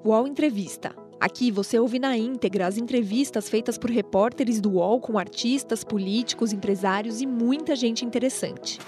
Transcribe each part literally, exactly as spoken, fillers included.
U O L Entrevista. Aqui você ouve na íntegra as entrevistas feitas por repórteres do U O L com artistas, políticos, empresários e muita gente interessante.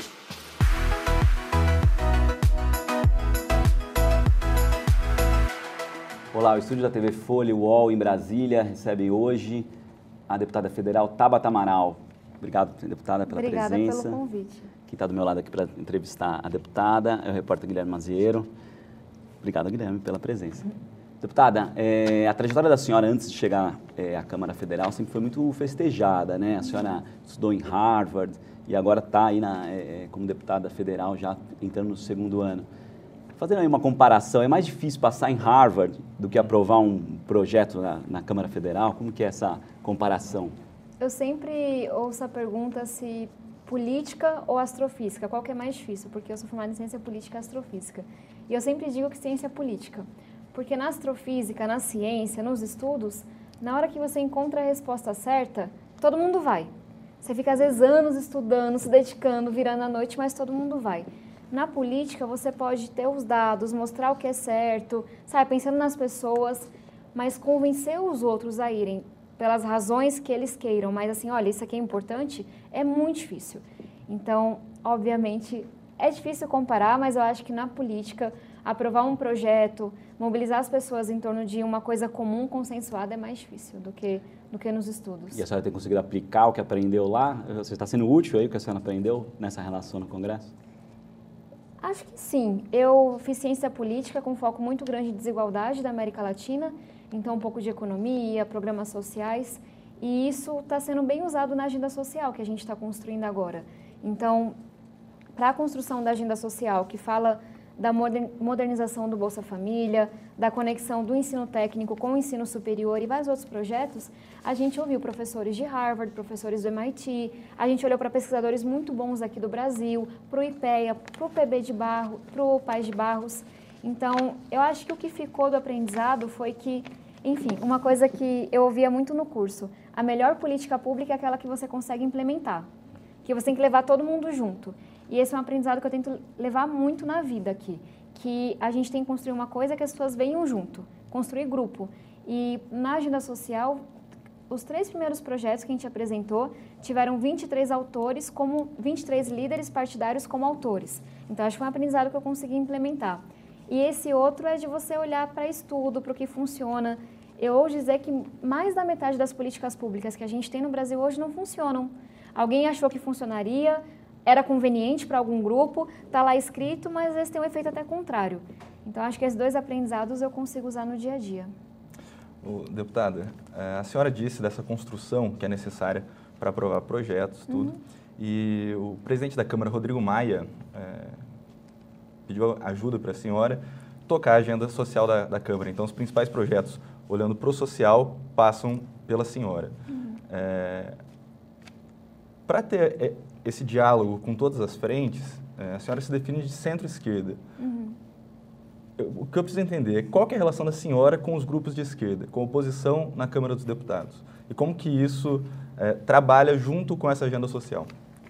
Olá, o estúdio da T V Folha, U O L em Brasília, recebe hoje a deputada federal Tabata Amaral. Obrigado, deputada, pela Obrigada presença. Obrigada pelo convite. Quem está do meu lado aqui para entrevistar a deputada é o repórter Guilherme Mazieiro. Obrigado, Guilherme, pela presença. Uhum. Deputada, é, a trajetória da senhora antes de chegar é, à Câmara Federal sempre foi muito festejada, né? A senhora estudou em Harvard e agora está aí na, é, como deputada federal, já entrando no segundo ano. Fazendo aí uma comparação, é mais difícil passar em Harvard do que aprovar um projeto na, na Câmara Federal? Como que é essa comparação? Eu sempre ouço a pergunta se política ou astrofísica, qual que é mais difícil, porque eu sou formada em ciência política e astrofísica. E eu sempre digo que ciência política, porque na astrofísica, na ciência, nos estudos, na hora que você encontra a resposta certa, todo mundo vai. Você fica às vezes anos estudando, se dedicando, virando a noite, mas todo mundo vai. Na política, você pode ter os dados, mostrar o que é certo, sabe, pensando nas pessoas, mas convencer os outros a irem pelas razões que eles queiram. Mas assim, olha, isso aqui é importante, é muito difícil. Então, obviamente, é difícil comparar, mas eu acho que na política, aprovar um projeto, mobilizar as pessoas em torno de uma coisa comum, consensuada, é mais difícil do que, do que nos estudos. E a senhora tem conseguido aplicar o que aprendeu lá? Você está sendo útil aí o que a senhora aprendeu nessa relação no Congresso? Acho que sim. Eu fiz ciência política com foco muito grande em desigualdade da América Latina, então um pouco de economia, programas sociais, e isso está sendo bem usado na agenda social que a gente está construindo agora. Então, para a construção da agenda social, que fala da modernização do Bolsa Família, da conexão do ensino técnico com o ensino superior e vários outros projetos, a gente ouviu professores de Harvard, professores do M I T, a gente olhou para pesquisadores muito bons aqui do Brasil, para o IPEA, para o P B de Barro, para o Paz de Barros. Então, eu acho que o que ficou do aprendizado foi que, enfim, uma coisa que eu ouvia muito no curso, a melhor política pública é aquela que você consegue implementar, que você tem que levar todo mundo junto. E esse é um aprendizado que eu tento levar muito na vida aqui, que a gente tem que construir uma coisa que as pessoas venham junto, construir grupo. E na agenda social, os três primeiros projetos que a gente apresentou tiveram vinte e três autores, como vinte e três líderes partidários como autores. Então, acho que foi um aprendizado que eu consegui implementar. E esse outro é de você olhar para estudo, para o que funciona. Eu ouso dizer que mais da metade das políticas públicas que a gente tem no Brasil hoje não funcionam. Alguém achou que funcionaria, era conveniente para algum grupo, está lá escrito, mas às vezes tem um efeito até contrário. Então, acho que esses dois aprendizados eu consigo usar no dia a dia. O, deputada, a senhora disse dessa construção que é necessária para aprovar projetos, tudo, uhum. E o presidente da Câmara, Rodrigo Maia, é, pediu ajuda para a senhora tocar a agenda social da, da Câmara. Então, os principais projetos, olhando para o social, passam pela senhora. Uhum. É, para ter esse diálogo com todas as frentes, a senhora se define de centro-esquerda. Uhum. O que eu preciso entender é qual que é a relação da senhora com os grupos de esquerda, com a oposição na Câmara dos Deputados, e como que isso é, trabalha junto com essa agenda social?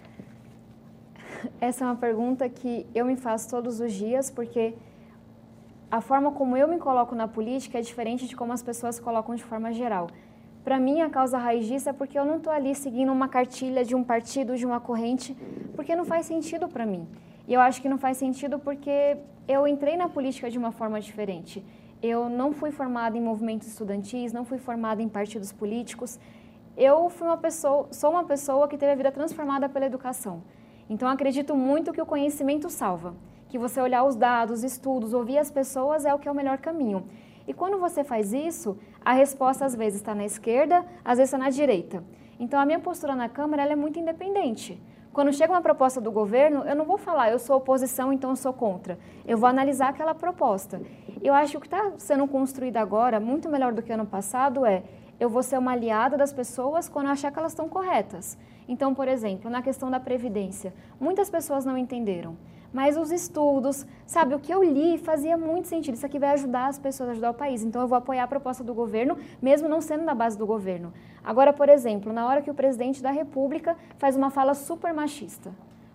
Essa é uma pergunta que eu me faço todos os dias, porque a forma como eu me coloco na política é diferente de como as pessoas se colocam de forma geral. Para mim, a causa raiz disso é porque eu não estou ali seguindo uma cartilha de um partido, de uma corrente, porque não faz sentido para mim. E eu acho que não faz sentido porque eu entrei na política de uma forma diferente. Eu não fui formada em movimentos estudantis, não fui formada em partidos políticos. Eu fui uma pessoa, sou uma pessoa que teve a vida transformada pela educação. Então, acredito muito que o conhecimento salva, que você olhar os dados, estudos, ouvir as pessoas é o que é o melhor caminho. E quando você faz isso, a resposta às vezes está na esquerda, às vezes está na direita. Então, a minha postura na Câmara ela é muito independente. Quando chega uma proposta do governo, eu não vou falar, eu sou oposição, então eu sou contra. Eu vou analisar aquela proposta. Eu acho que o que está sendo construído agora, muito melhor do que ano passado, é eu vou ser uma aliada das pessoas quando eu achar que elas estão corretas. Então, por exemplo, na questão da Previdência, muitas pessoas não entenderam. Mas os estudos, sabe, o que eu li fazia muito sentido. Isso aqui vai ajudar as pessoas, ajudar o país. Então, eu vou apoiar a proposta do governo, mesmo não sendo da base do governo. Agora, por exemplo, na hora que o presidente da República faz uma fala super machista,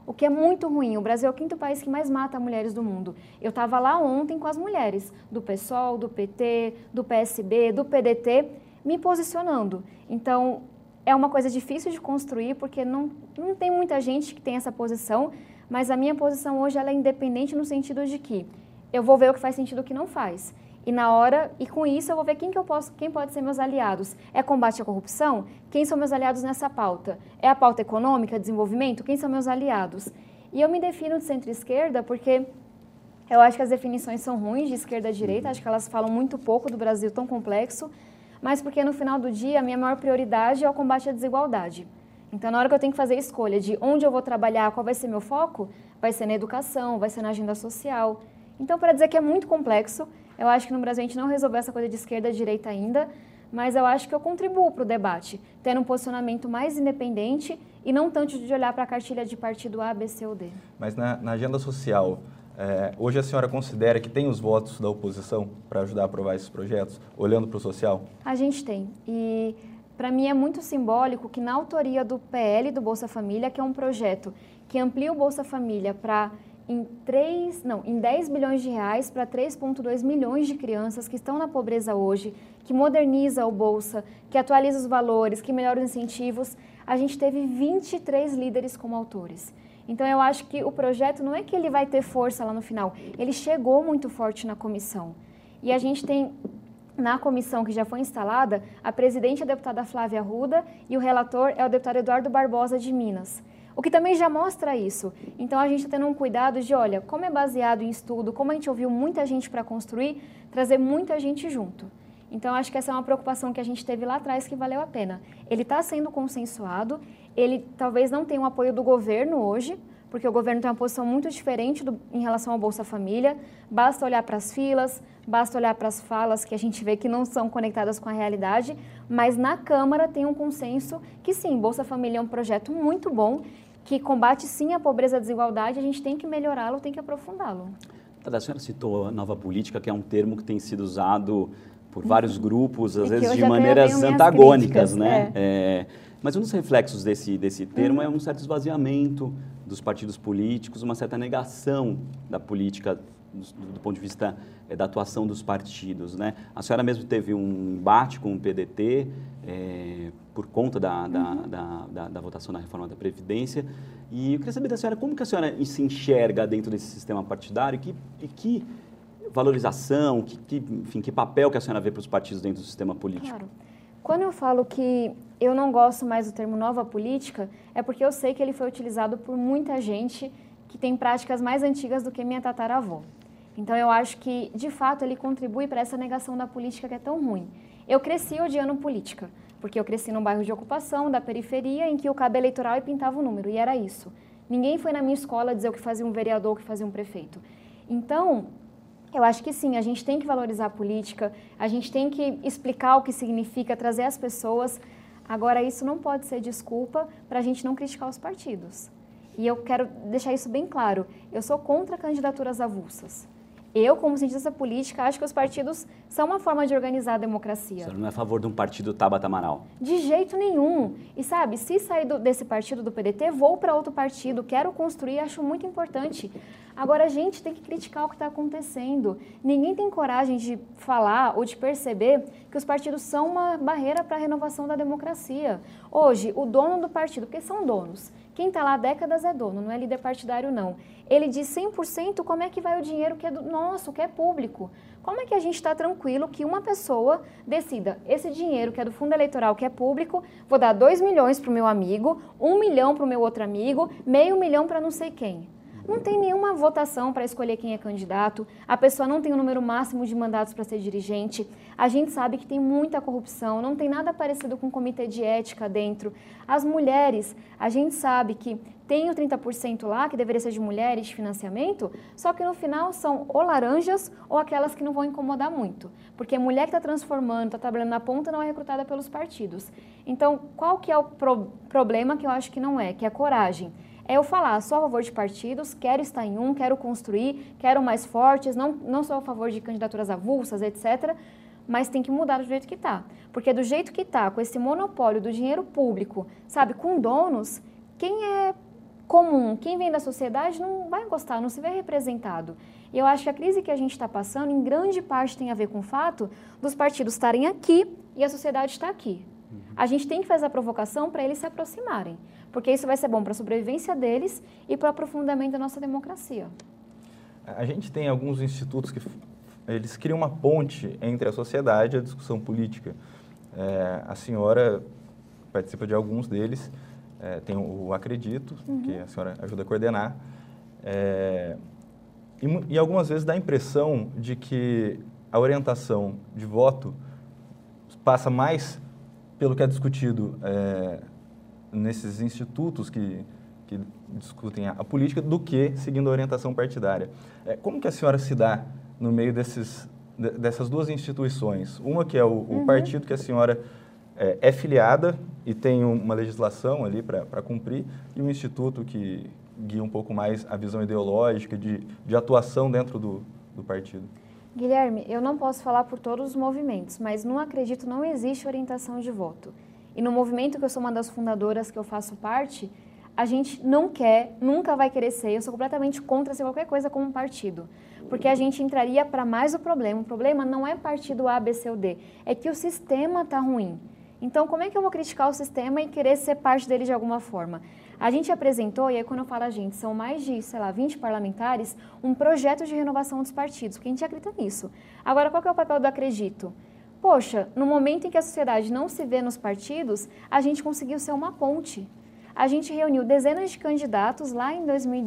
o que é muito ruim. O Brasil é o quinto país que mais mata mulheres do mundo. Eu estava lá ontem com as mulheres do PSOL, do P T, do P S B, do P D T, me posicionando. Então, é uma coisa difícil de construir, porque não, não tem muita gente que tem essa posição, mas a minha posição hoje ela é independente no sentido de que eu vou ver o que faz sentido e o que não faz. E na hora, e com isso eu vou ver quem que eu posso, quem pode ser meus aliados. É combate à corrupção? Quem são meus aliados nessa pauta? É a pauta econômica, desenvolvimento? Quem são meus aliados? E eu me defino de centro-esquerda porque eu acho que as definições são ruins de esquerda a direita, acho que elas falam muito pouco do Brasil tão complexo, mas porque no final do dia a minha maior prioridade é o combate à desigualdade. Então, na hora que eu tenho que fazer a escolha de onde eu vou trabalhar, qual vai ser meu foco, vai ser na educação, vai ser na agenda social. Então, para dizer que é muito complexo, eu acho que no Brasil a gente não resolveu essa coisa de esquerda e direita ainda, mas eu acho que eu contribuo para o debate, tendo um posicionamento mais independente e não tanto de olhar para a cartilha de partido A, B, C ou D. Mas na, na agenda social, é, hoje a senhora considera que tem os votos da oposição para ajudar a aprovar esses projetos, olhando para o social? A gente tem. E para mim é muito simbólico que na autoria do P L do Bolsa Família, que é um projeto que amplia o Bolsa Família para em, três, não, em dez bilhões de reais para três vírgula dois milhões de crianças que estão na pobreza hoje, que moderniza o Bolsa, que atualiza os valores, que melhora os incentivos, a gente teve vinte e três líderes como autores. Então, eu acho que o projeto não é que ele vai ter força lá no final, ele chegou muito forte na comissão. E a gente tem, na comissão que já foi instalada, a presidente é a deputada Flávia Arruda e o relator é o deputado Eduardo Barbosa de Minas. O que também já mostra isso. Então, a gente está tendo um cuidado de, olha, como é baseado em estudo, como a gente ouviu muita gente para construir, trazer muita gente junto. Então, acho que essa é uma preocupação que a gente teve lá atrás que valeu a pena. Ele está sendo consensuado, ele talvez não tenha o apoio do governo hoje, porque o governo tem uma posição muito diferente do, em relação ao Bolsa Família. Basta olhar para as filas, basta olhar para as falas que a gente vê que não são conectadas com a realidade, mas na Câmara tem um consenso que sim, Bolsa Família é um projeto muito bom, que combate sim a pobreza e a desigualdade, a gente tem que melhorá-lo, tem que aprofundá-lo. A senhora citou a nova política, que é um termo que tem sido usado por vários grupos, às vezes de maneiras antagônicas, né? É. É, mas um dos reflexos desse, desse termo uhum. é um certo esvaziamento dos partidos políticos, uma certa negação da política do, do ponto de vista é, da atuação dos partidos, né? A senhora mesmo teve um embate com o P D T é, por conta da, da, uhum. da, da, da votação na reforma da Previdência. E eu queria saber da senhora como que a senhora se enxerga dentro desse sistema partidário que, e que valorização, que, que, enfim, que papel que a senhora vê para os partidos dentro do sistema político? Claro. Quando eu falo que eu não gosto mais do termo nova política, é porque eu sei que ele foi utilizado por muita gente que tem práticas mais antigas do que minha tataravó. Então, eu acho que, de fato, ele contribui para essa negação da política que é tão ruim. Eu cresci odiando política, porque eu cresci num bairro de ocupação, da periferia, em que o cabo eleitoral pintava o número, e era isso. Ninguém foi na minha escola dizer o que fazia um vereador, o que fazia um prefeito. Então, eu acho que sim, a gente tem que valorizar a política, a gente tem que explicar o que significa, trazer as pessoas. Agora, isso não pode ser desculpa para a gente não criticar os partidos. E eu quero deixar isso bem claro, eu sou contra candidaturas avulsas. Eu, como cientista política, acho que os partidos são uma forma de organizar a democracia. Você não é a favor de um partido Tabata Amaral? De jeito nenhum. E sabe, se sair do, desse partido do P D T, vou para outro partido, quero construir, acho muito importante. Agora, a gente tem que criticar o que está acontecendo. Ninguém tem coragem de falar ou de perceber que os partidos são uma barreira para a renovação da democracia. Hoje, o dono do partido, porque são donos, quem está lá há décadas é dono, não é líder partidário, não. Ele diz cem por cento como é que vai o dinheiro que é do nosso, que é público. Como é que a gente está tranquilo que uma pessoa decida, esse dinheiro que é do fundo eleitoral, que é público, vou dar dois milhões para o meu amigo, um milhão para o meu outro amigo, meio milhão para não sei quem. Não tem nenhuma votação para escolher quem é candidato, a pessoa não tem o número máximo de mandatos para ser dirigente, a gente sabe que tem muita corrupção, não tem nada parecido com um comitê de ética dentro. As mulheres, a gente sabe que tem o trinta por cento lá, que deveria ser de mulheres de financiamento, só que no final são ou laranjas ou aquelas que não vão incomodar muito. Porque a mulher que está transformando, está trabalhando na ponta, não é recrutada pelos partidos. Então, qual que é o pro- problema que eu acho que não é, que é coragem? É eu falar, sou a favor de partidos, quero estar em um, quero construir, quero mais fortes, não, não sou a favor de candidaturas avulsas, etcétera, mas tem que mudar do jeito que está. Porque do jeito que está, com esse monopólio do dinheiro público, sabe, com donos, quem é comum, quem vem da sociedade não vai gostar, não se vê representado. E eu acho que a crise que a gente está passando, em grande parte, tem a ver com o fato dos partidos estarem aqui e a sociedade está aqui. A gente tem que fazer a provocação para eles se aproximarem, porque isso vai ser bom para a sobrevivência deles e para o aprofundamento da nossa democracia. A gente tem alguns institutos que eles criam uma ponte entre a sociedade e a discussão política. É, a senhora participa de alguns deles, é, tem o Acredito, uhum. que a senhora ajuda a coordenar, é, e, e algumas vezes dá a impressão de que a orientação de voto passa mais pelo que é discutido é, nesses institutos que, que discutem a, a política do que seguindo a orientação partidária. É, como que a senhora se dá no meio desses, de, dessas duas instituições? Uma que é o, uhum. o partido que a senhora é, é filiada e tem uma legislação ali para cumprir, e um instituto que guia um pouco mais a visão ideológica de, de atuação dentro do, do partido. Guilherme, eu não posso falar por todos os movimentos, mas não acredito, não existe orientação de voto. E no movimento que eu sou uma das fundadoras, que eu faço parte, a gente não quer, nunca vai querer ser, eu sou completamente contra ser qualquer coisa como um partido, porque a gente entraria para mais o problema. O problema não é partido A, B, C ou D, é que o sistema está ruim. Então, como é que eu vou criticar o sistema e querer ser parte dele de alguma forma? A gente apresentou, e aí quando eu falo a gente, são mais de, sei lá, vinte parlamentares, um projeto de renovação dos partidos, porque a gente acredita nisso. Agora, qual que é o papel do Acredito? Poxa, no momento em que a sociedade não se vê nos partidos, a gente conseguiu ser uma ponte. A gente reuniu dezenas de candidatos lá em dois mil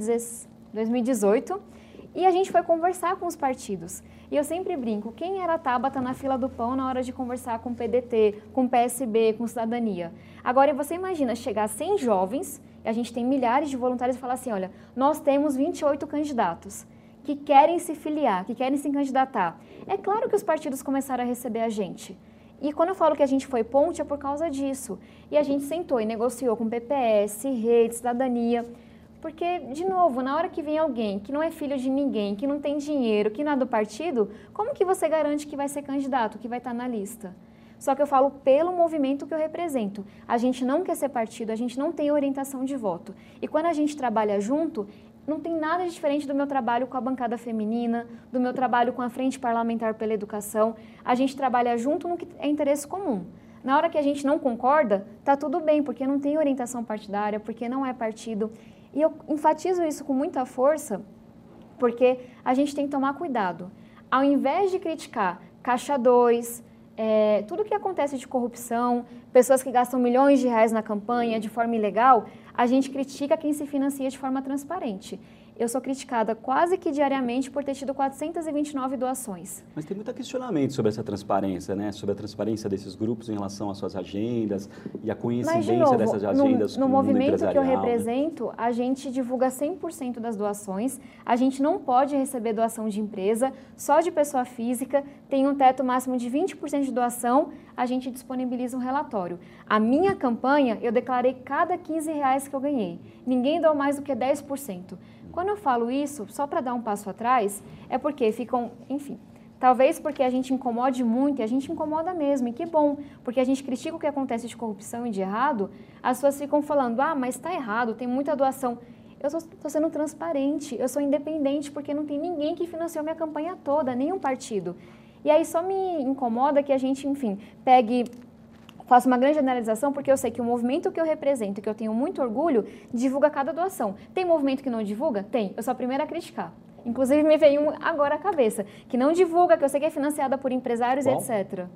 e dezoito e a gente foi conversar com os partidos. E eu sempre brinco, quem era a Tabata na fila do pão na hora de conversar com o P D T, com o P S B, com Cidadania? Agora, você imagina chegar a cem jovens, e a gente tem milhares de voluntários, e falar assim, olha, nós temos vinte e oito candidatos que querem se filiar, que querem se candidatar. É claro que os partidos começaram a receber a gente. E quando eu falo que a gente foi ponte, é por causa disso. E a gente sentou e negociou com P P S, Rede, Cidadania. Porque, de novo, na hora que vem alguém que não é filho de ninguém, que não tem dinheiro, que não é do partido, como que você garante que vai ser candidato, que vai estar na lista? Só que eu falo pelo movimento que eu represento. A gente não quer ser partido, a gente não tem orientação de voto. E quando a gente trabalha junto, não tem nada de diferente do meu trabalho com a bancada feminina, do meu trabalho com a Frente Parlamentar pela Educação. A gente trabalha junto no que é interesse comum. Na hora que a gente não concorda, tá tudo bem, porque não tem orientação partidária, porque não é partido. E eu enfatizo isso com muita força, porque a gente tem que tomar cuidado. Ao invés de criticar Caixa dois, É, tudo que acontece de corrupção, pessoas que gastam milhões de reais na campanha de forma ilegal, a gente critica quem se financia de forma transparente. Eu sou criticada quase que diariamente por ter tido quatrocentas e vinte e nove doações. Mas tem muito questionamento sobre essa transparência, né? Sobre a transparência desses grupos em relação às suas agendas e a coincidência Mas, de novo, dessas agendas no, no com o mundo movimento que eu empresarial, represento, né? A gente divulga cem por cento das doações, a gente não pode receber doação de empresa, só de pessoa física, tem um teto máximo de vinte por cento de doação, a gente disponibiliza um relatório. A minha campanha, eu declarei cada quinze reais que eu ganhei. Ninguém doou mais do que dez por cento. Quando eu falo isso, só para dar um passo atrás, é porque ficam, enfim, talvez porque a gente incomode muito, e a gente incomoda mesmo, e que bom, porque a gente critica o que acontece de corrupção e de errado, as pessoas ficam falando, ah, mas está errado, tem muita doação. Eu estou sendo transparente, eu sou independente, porque não tem ninguém que financiou minha campanha toda, nenhum partido. E aí só me incomoda que a gente, enfim, pegue... Faço uma grande generalização porque eu sei que o movimento que eu represento, que eu tenho muito orgulho, divulga cada doação. Tem movimento que não divulga? Tem. Eu sou a primeira a criticar. Inclusive, me veio um agora à cabeça, que não divulga, que eu sei que é financiada por empresários Bom. e etcétera.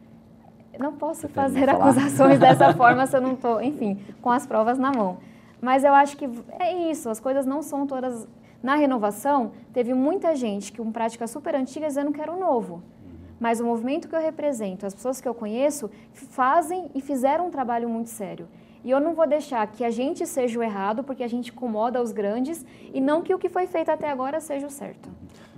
Não posso fazer acusações dessa forma se eu não estou, enfim, com as provas na mão. Mas eu acho que é isso, as coisas não são todas... Na renovação, teve muita gente que com práticas super antigas dizendo que era o novo. Mas o movimento que eu represento, as pessoas que eu conheço, fazem e fizeram um trabalho muito sério. E eu não vou deixar que a gente seja o errado, porque a gente incomoda os grandes, e não que o que foi feito até agora seja o certo.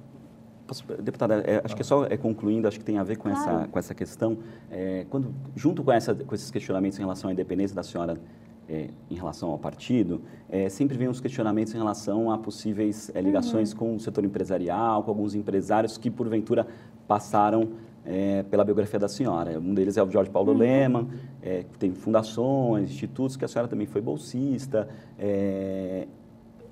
Deputada, é, acho que só é, concluindo, acho que tem a ver com, claro. essa, com essa questão, é, quando, junto com, essa, com esses questionamentos em relação à independência da senhora é, em relação ao partido, é, sempre vem os questionamentos em relação a possíveis é, ligações uhum. com o setor empresarial, com alguns empresários que, porventura, passaram é, pela biografia da senhora. Um deles é o Jorge Paulo uhum. Leman, é, que tem fundações, institutos, que a senhora também foi bolsista. É,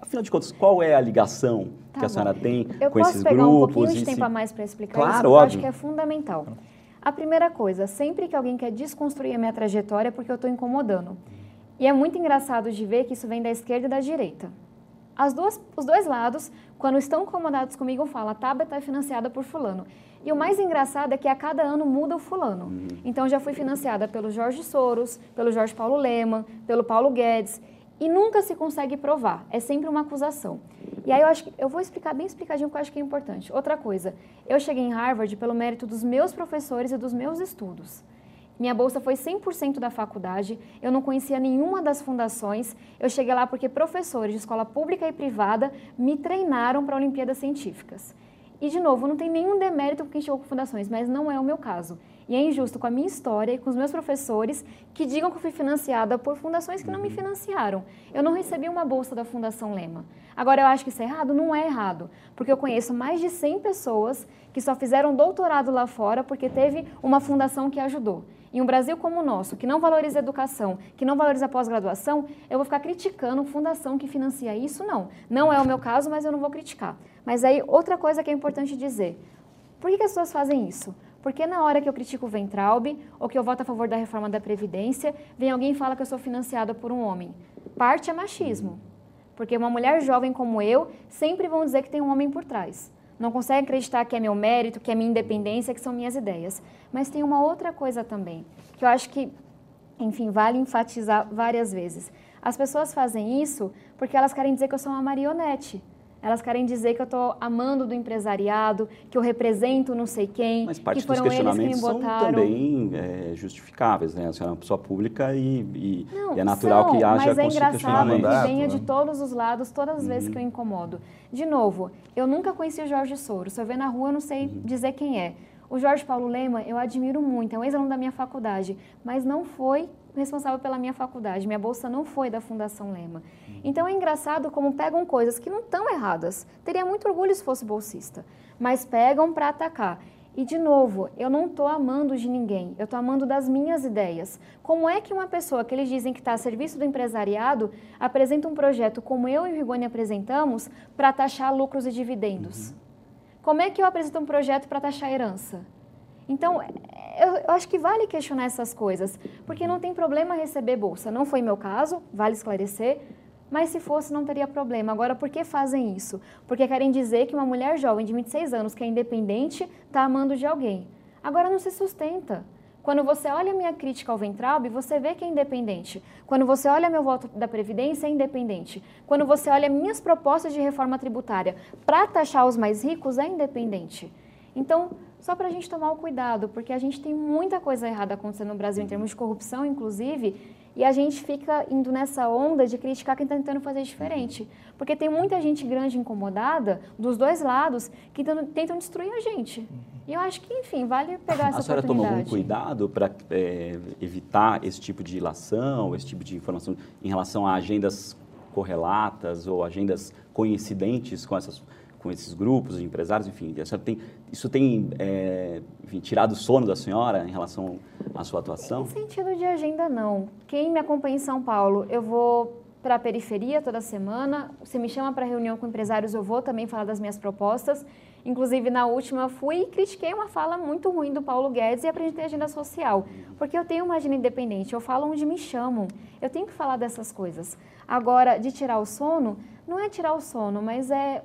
Afinal de contas, qual é a ligação Tá que a bom. senhora tem Eu com posso esses pegar grupos? um pouquinho de e tempo se- a mais para explicar Claro, isso, porque eu acho óbvio. que é fundamental. A primeira coisa, sempre que alguém quer desconstruir a minha trajetória é porque eu estou incomodando. E é muito engraçado de ver que isso vem da esquerda e da direita. As duas, os dois lados, quando estão incomodados comigo, falam, a Tabata é financiada por fulano. E o mais engraçado é que a cada ano muda o fulano. Uhum. Então, já fui financiada pelo Jorge Soros, pelo Jorge Paulo Lemann, pelo Paulo Guedes, e nunca se consegue provar. É sempre uma acusação. E aí eu acho que eu vou explicar bem explicadinho, porque eu acho que é importante. Outra coisa, eu cheguei em Harvard pelo mérito dos meus professores e dos meus estudos. Minha bolsa foi cem por cento da faculdade, eu não conhecia nenhuma das fundações, eu cheguei lá porque professores de escola pública e privada me treinaram para Olimpíadas Científicas. E, de novo, não tem nenhum demérito com quem chegou com fundações, mas não é o meu caso. E é injusto com a minha história e com os meus professores que digam que eu fui financiada por fundações que não me financiaram. Eu não recebi uma bolsa da Fundação Lemann. Agora, eu acho que isso é errado? Não é errado, porque eu conheço mais de cem pessoas que só fizeram doutorado lá fora porque teve uma fundação que ajudou. Em um Brasil como o nosso, que não valoriza a educação, que não valoriza a pós-graduação, eu vou ficar criticando fundação que financia isso? Não. Não é o meu caso, mas eu não vou criticar. Mas aí, outra coisa que é importante dizer. Por que, que as pessoas fazem isso? Porque na hora que eu critico o Weintraub, ou que eu voto a favor da reforma da Previdência, vem alguém e fala que eu sou financiada por um homem. Parte é machismo. Porque uma mulher jovem como eu, sempre vão dizer que tem um homem por trás. Não consegue acreditar que é meu mérito, que é minha independência, que são minhas ideias. Mas tem uma outra coisa também, que eu acho que, enfim, vale enfatizar várias vezes. As pessoas fazem isso porque elas querem dizer que eu sou uma marionete. Elas querem dizer que eu estou amando do empresariado, que eu represento não sei quem, Mas parte que foram dos eles que me questionamentos são botaram. também é, justificáveis, né? A senhora é uma pessoa pública e, e, Não, e é natural são, que haja mas é cons- engraçado questionamentos. que venha né? de todos os lados, todas as Uhum. vezes que eu incomodo. De novo, eu nunca conheci o Jorge Soros. Se eu ver na rua, eu não sei Uhum. dizer quem é. O Jorge Paulo Lemann, eu admiro muito, é um ex-aluno da minha faculdade, mas não foi responsável pela minha faculdade. Minha bolsa não foi da Fundação Lemann. Então é engraçado como pegam coisas que não estão erradas. Teria muito orgulho se fosse bolsista, mas pegam para atacar. E, de novo, eu não estou amando de ninguém, eu estou amando das minhas ideias. Como é que uma pessoa que eles dizem que está a serviço do empresariado apresenta um projeto como eu e o Rigoni apresentamos para taxar lucros e dividendos? Uhum. Como é que eu apresento um projeto para taxar herança? Então, eu, eu acho que vale questionar essas coisas, porque não tem problema receber bolsa. Não foi meu caso, vale esclarecer, mas se fosse não teria problema. Agora, por que fazem isso? Porque querem dizer que uma mulher jovem de vinte e seis anos que é independente está amando de alguém. Agora não se sustenta. Quando você olha a minha crítica ao Weintraub, você vê que é independente. Quando você olha meu voto da Previdência, é independente. Quando você olha minhas propostas de reforma tributária para taxar os mais ricos, é independente. Então, só para a gente tomar o cuidado, porque a gente tem muita coisa errada acontecendo no Brasil, em termos de corrupção, inclusive, e a gente fica indo nessa onda de criticar quem está tentando fazer diferente. Porque tem muita gente grande incomodada, dos dois lados, que tentam destruir a gente. E eu acho que, enfim, vale pegar essa oportunidade. A senhora toma algum cuidado para é, evitar esse tipo de ilação, esse tipo de informação em relação a agendas correlatas ou agendas coincidentes com essas com esses grupos de empresários, enfim, a senhora tem, isso tem é, enfim, tirado o sono da senhora em relação à sua atuação? Em sentido de agenda, não. Quem me acompanha em São Paulo, eu vou para a periferia toda semana, se me chama para reunião com empresários, eu vou também falar das minhas propostas. Inclusive, na última, fui e critiquei uma fala muito ruim do Paulo Guedes e apresentei agenda social, porque eu tenho uma agenda independente, eu falo onde me chamam, eu tenho que falar dessas coisas. Agora, de tirar o sono, não é tirar o sono, mas é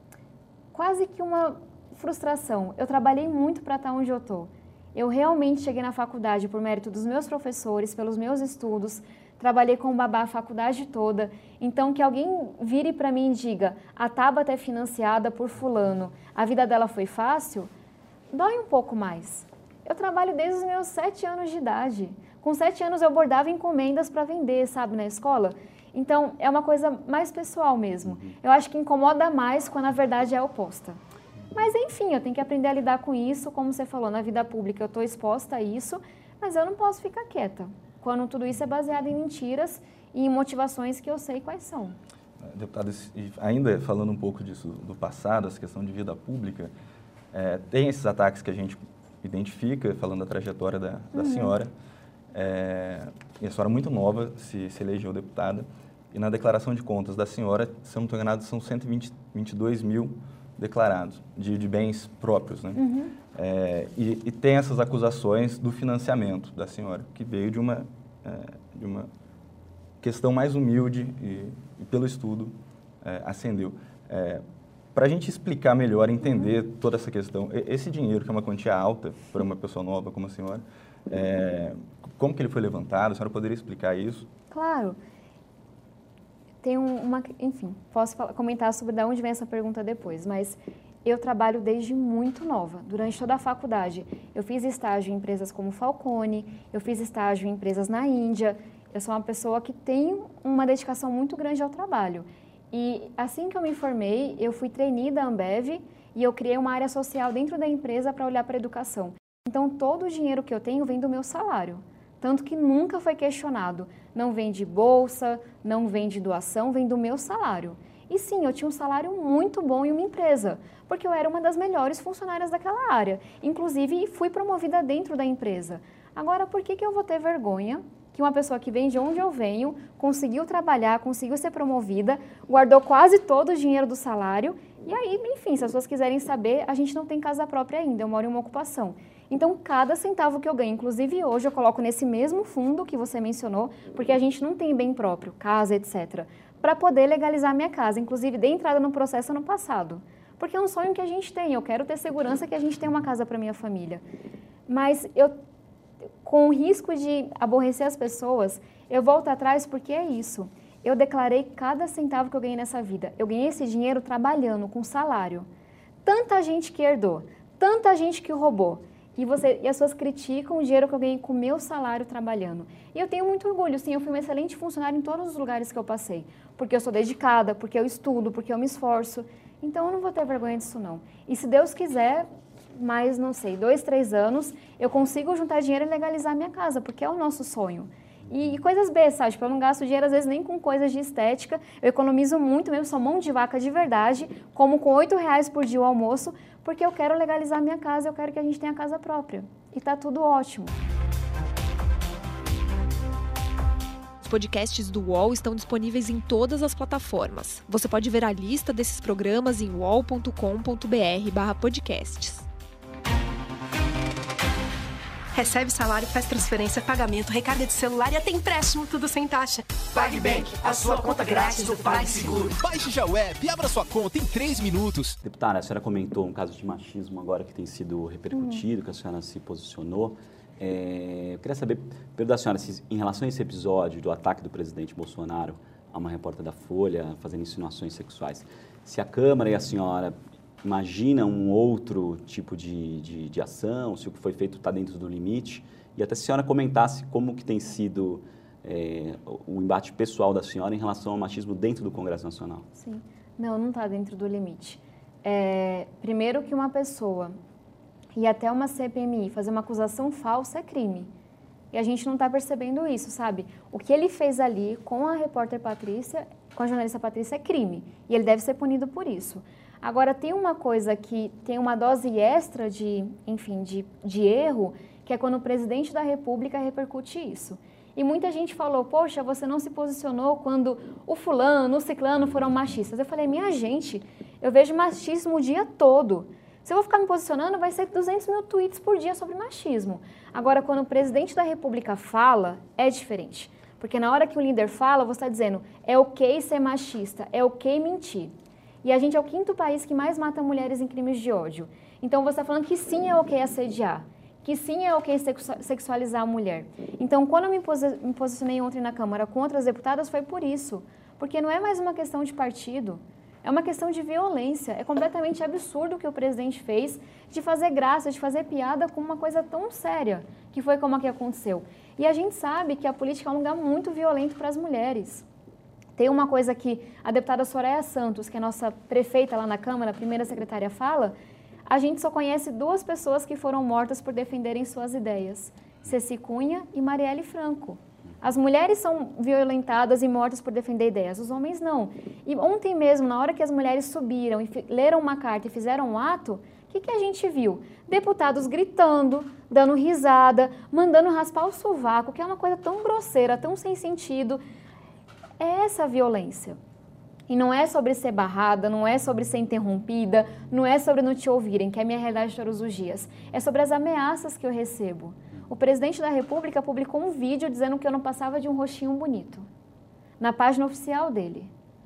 quase que uma frustração. Eu trabalhei muito para estar onde eu estou. Eu realmente cheguei na faculdade por mérito dos meus professores, pelos meus estudos, trabalhei com babá a faculdade toda. Então, que alguém vire para mim e diga, a Tabata é financiada por fulano, a vida dela foi fácil, dói um pouco mais. Eu trabalho desde os meus sete anos de idade. Com sete anos eu bordava encomendas para vender, sabe, na escola. Então, é uma coisa mais pessoal mesmo. Eu acho que incomoda mais quando a verdade é oposta. Mas, enfim, eu tenho que aprender a lidar com isso. Como você falou, na vida pública eu estou exposta a isso, mas eu não posso ficar quieta, quando tudo isso é baseado em mentiras e em motivações que eu sei quais são. Deputada, ainda falando um pouco disso do passado, essa questão de vida pública, é, tem esses ataques que a gente identifica, falando da trajetória da, da uhum. senhora. É, e a senhora muito nova se, se elegeu deputada. E na declaração de contas da senhora, se eu não estou enganado, são cento e vinte e dois mil declarados de, de bens próprios, né? Uhum. É, e, e tem essas acusações do financiamento da senhora, que veio de uma, é, de uma questão mais humilde e, e pelo estudo, é, ascendeu. É, para a gente explicar melhor, entender toda essa questão, esse dinheiro, que é uma quantia alta para uma pessoa nova como a senhora, é, como que ele foi levantado? A senhora poderia explicar isso? Claro. Tem uma, enfim, posso falar, comentar sobre de onde vem essa pergunta depois, mas eu trabalho desde muito nova, durante toda a faculdade. Eu fiz estágio em empresas como Falcone, eu fiz estágio em empresas na Índia. Eu sou uma pessoa que tem uma dedicação muito grande ao trabalho. E assim que eu me formei, eu fui trainee da Ambev e eu criei uma área social dentro da empresa para olhar para a educação. Então, todo o dinheiro que eu tenho vem do meu salário. Tanto que nunca foi questionado. Não vem de bolsa, não vem de doação, vem do meu salário. E sim, eu tinha um salário muito bom em uma empresa, porque eu era uma das melhores funcionárias daquela área. Inclusive, fui promovida dentro da empresa. Agora, por que que eu vou ter vergonha que uma pessoa que vem de onde eu venho, conseguiu trabalhar, conseguiu ser promovida, guardou quase todo o dinheiro do salário, e aí, enfim, se as pessoas quiserem saber, a gente não tem casa própria ainda, eu moro em uma ocupação. Então, cada centavo que eu ganho, inclusive hoje, eu coloco nesse mesmo fundo que você mencionou, porque a gente não tem bem próprio, casa, etcétera, para poder legalizar a minha casa. Inclusive, dei entrada no processo ano passado, porque é um sonho que a gente tem, eu quero ter segurança que a gente tem uma casa para minha família. Mas eu, com o risco de aborrecer as pessoas, eu volto atrás porque é isso. Eu declarei cada centavo que eu ganhei nessa vida. Eu ganhei esse dinheiro trabalhando, com salário. Tanta gente que herdou, tanta gente que roubou. E, você, e as pessoas criticam o dinheiro que eu ganhei com o meu salário trabalhando. E eu tenho muito orgulho, sim, eu fui uma excelente funcionária em todos os lugares que eu passei. Porque eu sou dedicada, porque eu estudo, porque eu me esforço. Então, eu não vou ter vergonha disso, não. E se Deus quiser, mais, não sei, dois, três anos, eu consigo juntar dinheiro e legalizar a minha casa, porque é o nosso sonho. E, e coisas B, sabe? Tipo, eu não gasto dinheiro, às vezes, nem com coisas de estética. Eu economizo muito mesmo, sou mão de vaca de verdade, como com oito reais por dia o almoço, porque eu quero legalizar a minha casa, eu quero que a gente tenha casa própria. E tá tudo ótimo. Os podcasts do U O L estão disponíveis em todas as plataformas. Você pode ver a lista desses programas em uol ponto com ponto br barra podcasts. Recebe salário, faz transferência, pagamento, recarga de celular e até empréstimo, tudo sem taxa. PagBank, a sua conta grátis do PagSeguro. Baixe já o app e abra sua conta em três minutos. Deputada, a senhora comentou um caso de machismo agora que tem sido repercutido, hum. que a senhora se posicionou. É, eu queria saber, pelo da senhora, se, em relação a esse episódio do ataque do presidente Bolsonaro a uma repórter da Folha fazendo insinuações sexuais, se a Câmara e a senhora imagina um outro tipo de, de, de ação, se o que foi feito está dentro do limite, e até se a senhora comentasse como que tem sido é, o embate pessoal da senhora em relação ao machismo dentro do Congresso Nacional. Sim, não, não está dentro do limite. É, primeiro que uma pessoa ir até uma C P M I fazer uma acusação falsa é crime. E a gente não está percebendo isso, sabe? O que ele fez ali com a repórter Patrícia, com a jornalista Patrícia, é crime. E ele deve ser punido por isso. Agora, tem uma coisa que tem uma dose extra de, enfim, de, de erro, que é quando o presidente da República repercute isso. E muita gente falou, poxa, você não se posicionou quando o fulano, o ciclano foram machistas. Eu falei, minha gente, eu vejo machismo o dia todo. Se eu vou ficar me posicionando, vai ser duzentos mil tweets por dia sobre machismo. Agora, quando o presidente da República fala, é diferente. Porque na hora que o líder fala, você está dizendo, é ok ser machista, é ok mentir. E a gente é o quinto país que mais mata mulheres em crimes de ódio. Então, você está falando que sim é ok assediar, que sim é ok sexualizar a mulher. Então, quando eu me, posi me posicionei ontem na Câmara contra as deputadas, foi por isso. Porque não é mais uma questão de partido, é uma questão de violência. É completamente absurdo o que o presidente fez de fazer graça, de fazer piada com uma coisa tão séria, que foi como a que aconteceu. E a gente sabe que a política é um lugar muito violento para as mulheres. Tem uma coisa que a deputada Soraya Santos, que é nossa prefeita lá na Câmara, a primeira secretária, fala, a gente só conhece duas pessoas que foram mortas por defenderem suas ideias, Ceci Cunha e Marielle Franco. As mulheres são violentadas e mortas por defender ideias, os homens não. E ontem mesmo, na hora que as mulheres subiram e leram uma carta e fizeram um ato, o que, que a gente viu? Deputados gritando, dando risada, mandando raspar o sovaco, que é uma coisa tão grosseira, tão sem sentido. é essa violência. E não é sobre ser barrada, não é sobre ser interrompida, não é sobre não te ouvirem, que é a minha realidade todos os dias. É sobre as ameaças que eu recebo. O presidente da República publicou um vídeo dizendo que eu não passava de um rostinho bonito, na página oficial dele.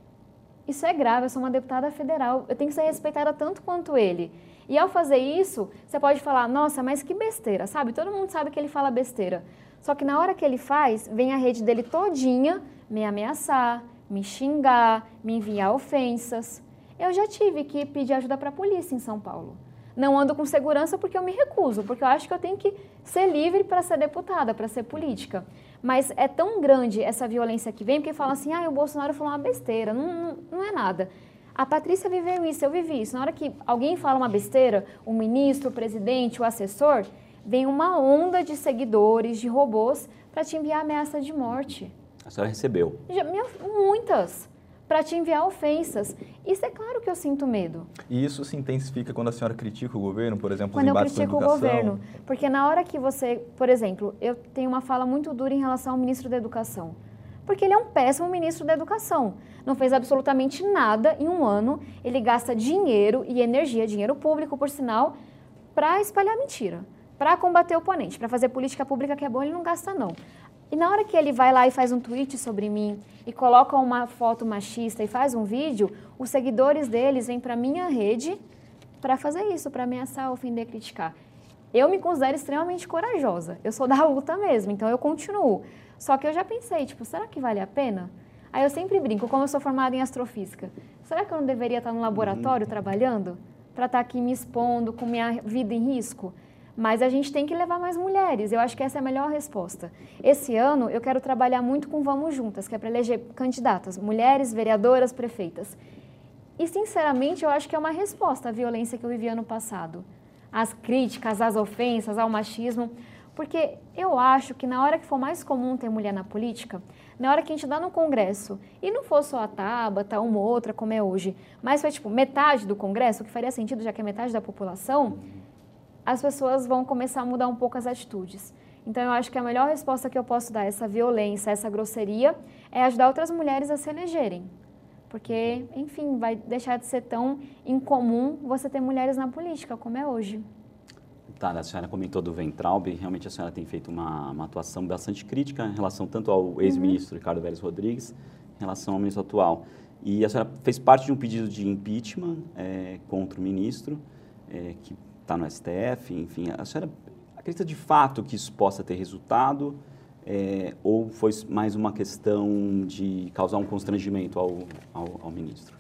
Isso é grave, eu sou uma deputada federal, eu tenho que ser respeitada tanto quanto ele. E ao fazer isso, você pode falar, nossa, mas que besteira, sabe? Todo mundo sabe que ele fala besteira. Só que na hora que ele faz, vem a rede dele todinha me ameaçar, me xingar, me enviar ofensas. Eu já tive que pedir ajuda para a polícia em São Paulo. Não ando com segurança porque eu me recuso, porque eu acho que eu tenho que ser livre para ser deputada, para ser política. Mas é tão grande essa violência que vem, porque fala assim, ah, o Bolsonaro falou uma besteira, não, não, não é nada. A Patrícia viveu isso, eu vivi isso. Na hora que alguém fala uma besteira, o ministro, o presidente, o assessor, vem uma onda de seguidores, de robôs, para te enviar ameaça de morte. A senhora recebeu? Já, muitas, para te enviar ofensas. Isso é claro que eu sinto medo. E isso se intensifica quando a senhora critica o governo, por exemplo, quando os embates com a educação? Quando eu critico o governo. Porque na hora que você, por exemplo, eu tenho uma fala muito dura em relação ao ministro da Educação. Porque ele é um péssimo ministro da Educação. Não fez absolutamente nada em um ano. Ele gasta dinheiro e energia, dinheiro público, por sinal, para espalhar mentira, para combater o oponente, para fazer política pública que é bom, ele não gasta não. E na hora que ele vai lá e faz um tweet sobre mim e coloca uma foto machista e faz um vídeo, os seguidores deles vêm para minha rede para fazer isso, para ameaçar, ofender, criticar. Eu me considero extremamente corajosa, eu sou da luta mesmo, então eu continuo. Só que eu já pensei, tipo, será que vale a pena? Aí eu sempre brinco, como eu sou formada em astrofísica, será que eu não deveria estar no laboratório trabalhando? Para estar aqui me expondo, com minha vida em risco? Mas a gente tem que levar mais mulheres, eu acho que essa é a melhor resposta. Esse ano eu quero trabalhar muito com Vamos Juntas, que é para eleger candidatas, mulheres, vereadoras, prefeitas. E sinceramente eu acho que é uma resposta à violência que eu vivi ano passado. Às críticas, às ofensas, ao machismo. Porque eu acho que na hora que for mais comum ter mulher na política, na hora que a gente dá no Congresso, e não for só a Tabata, uma ou outra, como é hoje, mas foi tipo metade do Congresso, o que faria sentido já que é metade da população, as pessoas vão começar a mudar um pouco as atitudes. Então, eu acho que a melhor resposta que eu posso dar a essa violência, a essa grosseria, é ajudar outras mulheres a se elegerem. Porque, enfim, vai deixar de ser tão incomum você ter mulheres na política, como é hoje. Tá, a senhora comentou do Weintraub, realmente a senhora tem feito uma, uma atuação bastante crítica em relação tanto ao ex-ministro uhum. Ricardo Vélez Rodrigues, em relação ao ministro atual. E a senhora fez parte de um pedido de impeachment é, contra o ministro, é, que está no S T F, enfim, a senhora acredita de fato que isso possa ter resultado é, ou foi mais uma questão de causar um constrangimento ao, ao, ao ministro?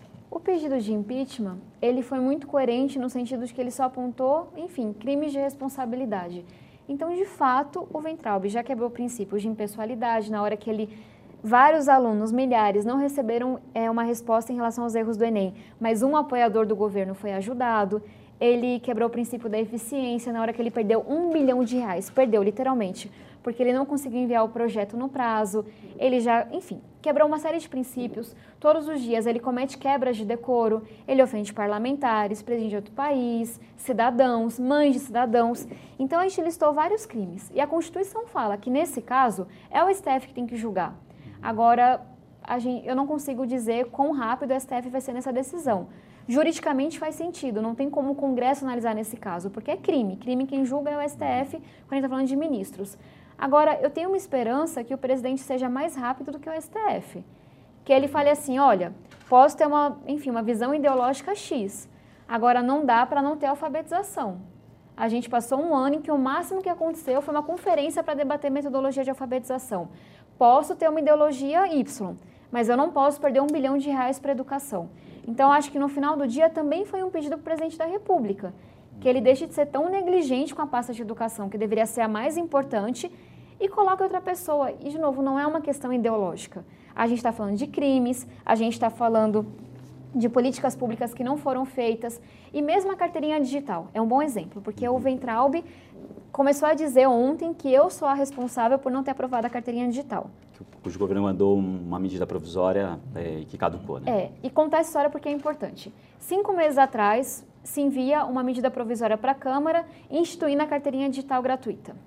O pedido de impeachment, ele foi muito coerente no sentido de que ele só apontou, enfim, crimes de responsabilidade. Então, de fato, o Weintraub já quebrou princípios de impessoalidade na hora que ele... Vários alunos, milhares, não receberam é, uma resposta em relação aos erros do Enem, mas um apoiador do governo foi ajudado. Ele quebrou o princípio da eficiência na hora que ele perdeu um bilhão de reais, perdeu literalmente, porque ele não conseguiu enviar o projeto no prazo, ele já, enfim, quebrou uma série de princípios. Todos os dias ele comete quebras de decoro, ele ofende parlamentares, presidente de outro país, cidadãos, mães de cidadãos. Então a gente listou vários crimes e a Constituição fala que nesse caso é o S T F que tem que julgar. Agora, a gente, eu não consigo dizer quão rápido o S T F vai ser nessa decisão. Juridicamente faz sentido, não tem como o Congresso analisar nesse caso, porque é crime. Crime quem julga é o S T F, quando a gente está falando de ministros. Agora, eu tenho uma esperança que o presidente seja mais rápido do que o S T F. Que ele fale assim, olha, posso ter uma, enfim, uma visão ideológica X, agora não dá para não ter alfabetização. A gente passou um ano em que o máximo que aconteceu foi uma conferência para debater metodologia de alfabetização. Posso ter uma ideologia Y, mas eu não posso perder um bilhão de reais para educação. Então, acho que no final do dia também foi um pedido para o presidente da República, que ele deixe de ser tão negligente com a pasta de educação, que deveria ser a mais importante, e coloque outra pessoa. E, de novo, não é uma questão ideológica. A gente está falando de crimes, a gente está falando de políticas públicas que não foram feitas, e mesmo a carteirinha digital é um bom exemplo, porque o Weintraub começou a dizer ontem que eu sou a responsável por não ter aprovado a carteirinha digital. Cujo governo mandou uma medida provisória é, que caducou, né? É, e contar essa história porque é importante. Cinco meses atrás, se envia uma medida provisória para a Câmara instituindo a carteirinha digital gratuita.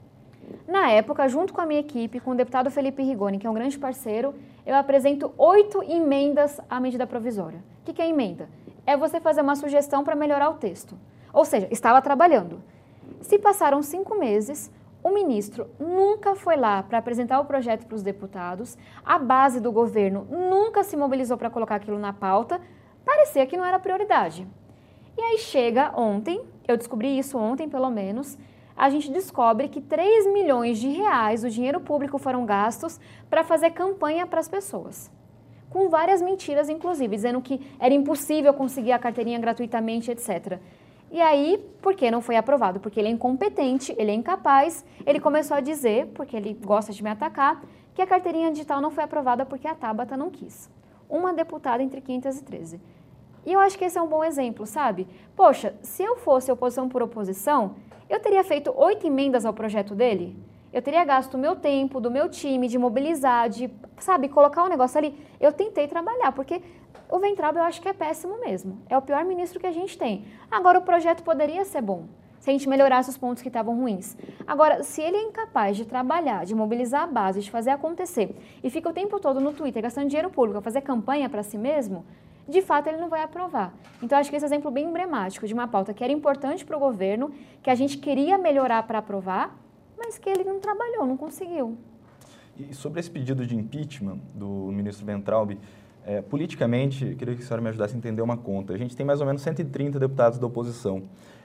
Na época, junto com a minha equipe, com o deputado Felipe Rigoni, que é um grande parceiro, eu apresento oito emendas à medida provisória. O que, que é emenda? É você fazer uma sugestão para melhorar o texto. Ou seja, estava trabalhando. Se passaram cinco meses, o ministro nunca foi lá para apresentar o projeto para os deputados, a base do governo nunca se mobilizou para colocar aquilo na pauta, parecia que não era prioridade. E aí chega ontem, eu descobri isso ontem pelo menos, a gente descobre que três milhões de reais do dinheiro público foram gastos para fazer campanha para as pessoas. Com várias mentiras, inclusive, dizendo que era impossível conseguir a carteirinha gratuitamente, etcétera. E aí, por que não foi aprovado? Porque ele é incompetente, ele é incapaz, ele começou a dizer, porque ele gosta de me atacar, que a carteirinha digital não foi aprovada porque a Tabata não quis. Uma deputada entre quinhentos e treze. E eu acho que esse é um bom exemplo, sabe? Poxa, se eu fosse oposição por oposição, eu teria feito oito emendas ao projeto dele? Eu teria gasto o meu tempo, do meu time, de mobilizar, de, sabe, colocar o negócio ali. Eu tentei trabalhar, porque o Weintraub eu acho que é péssimo mesmo. É o pior ministro que a gente tem. Agora, o projeto poderia ser bom, se a gente melhorasse os pontos que estavam ruins. Agora, se ele é incapaz de trabalhar, de mobilizar a base, de fazer acontecer, e fica o tempo todo no Twitter gastando dinheiro público a fazer campanha para si mesmo, de fato ele não vai aprovar. Então, acho que esse exemplo bem emblemático de uma pauta que era importante para o governo, que a gente queria melhorar para aprovar, mas que ele não trabalhou, não conseguiu. E sobre esse pedido de impeachment do ministro Weintraub, é, politicamente, queria que a senhora me ajudasse a entender uma conta. A gente tem mais ou menos cento e trinta deputados da oposição.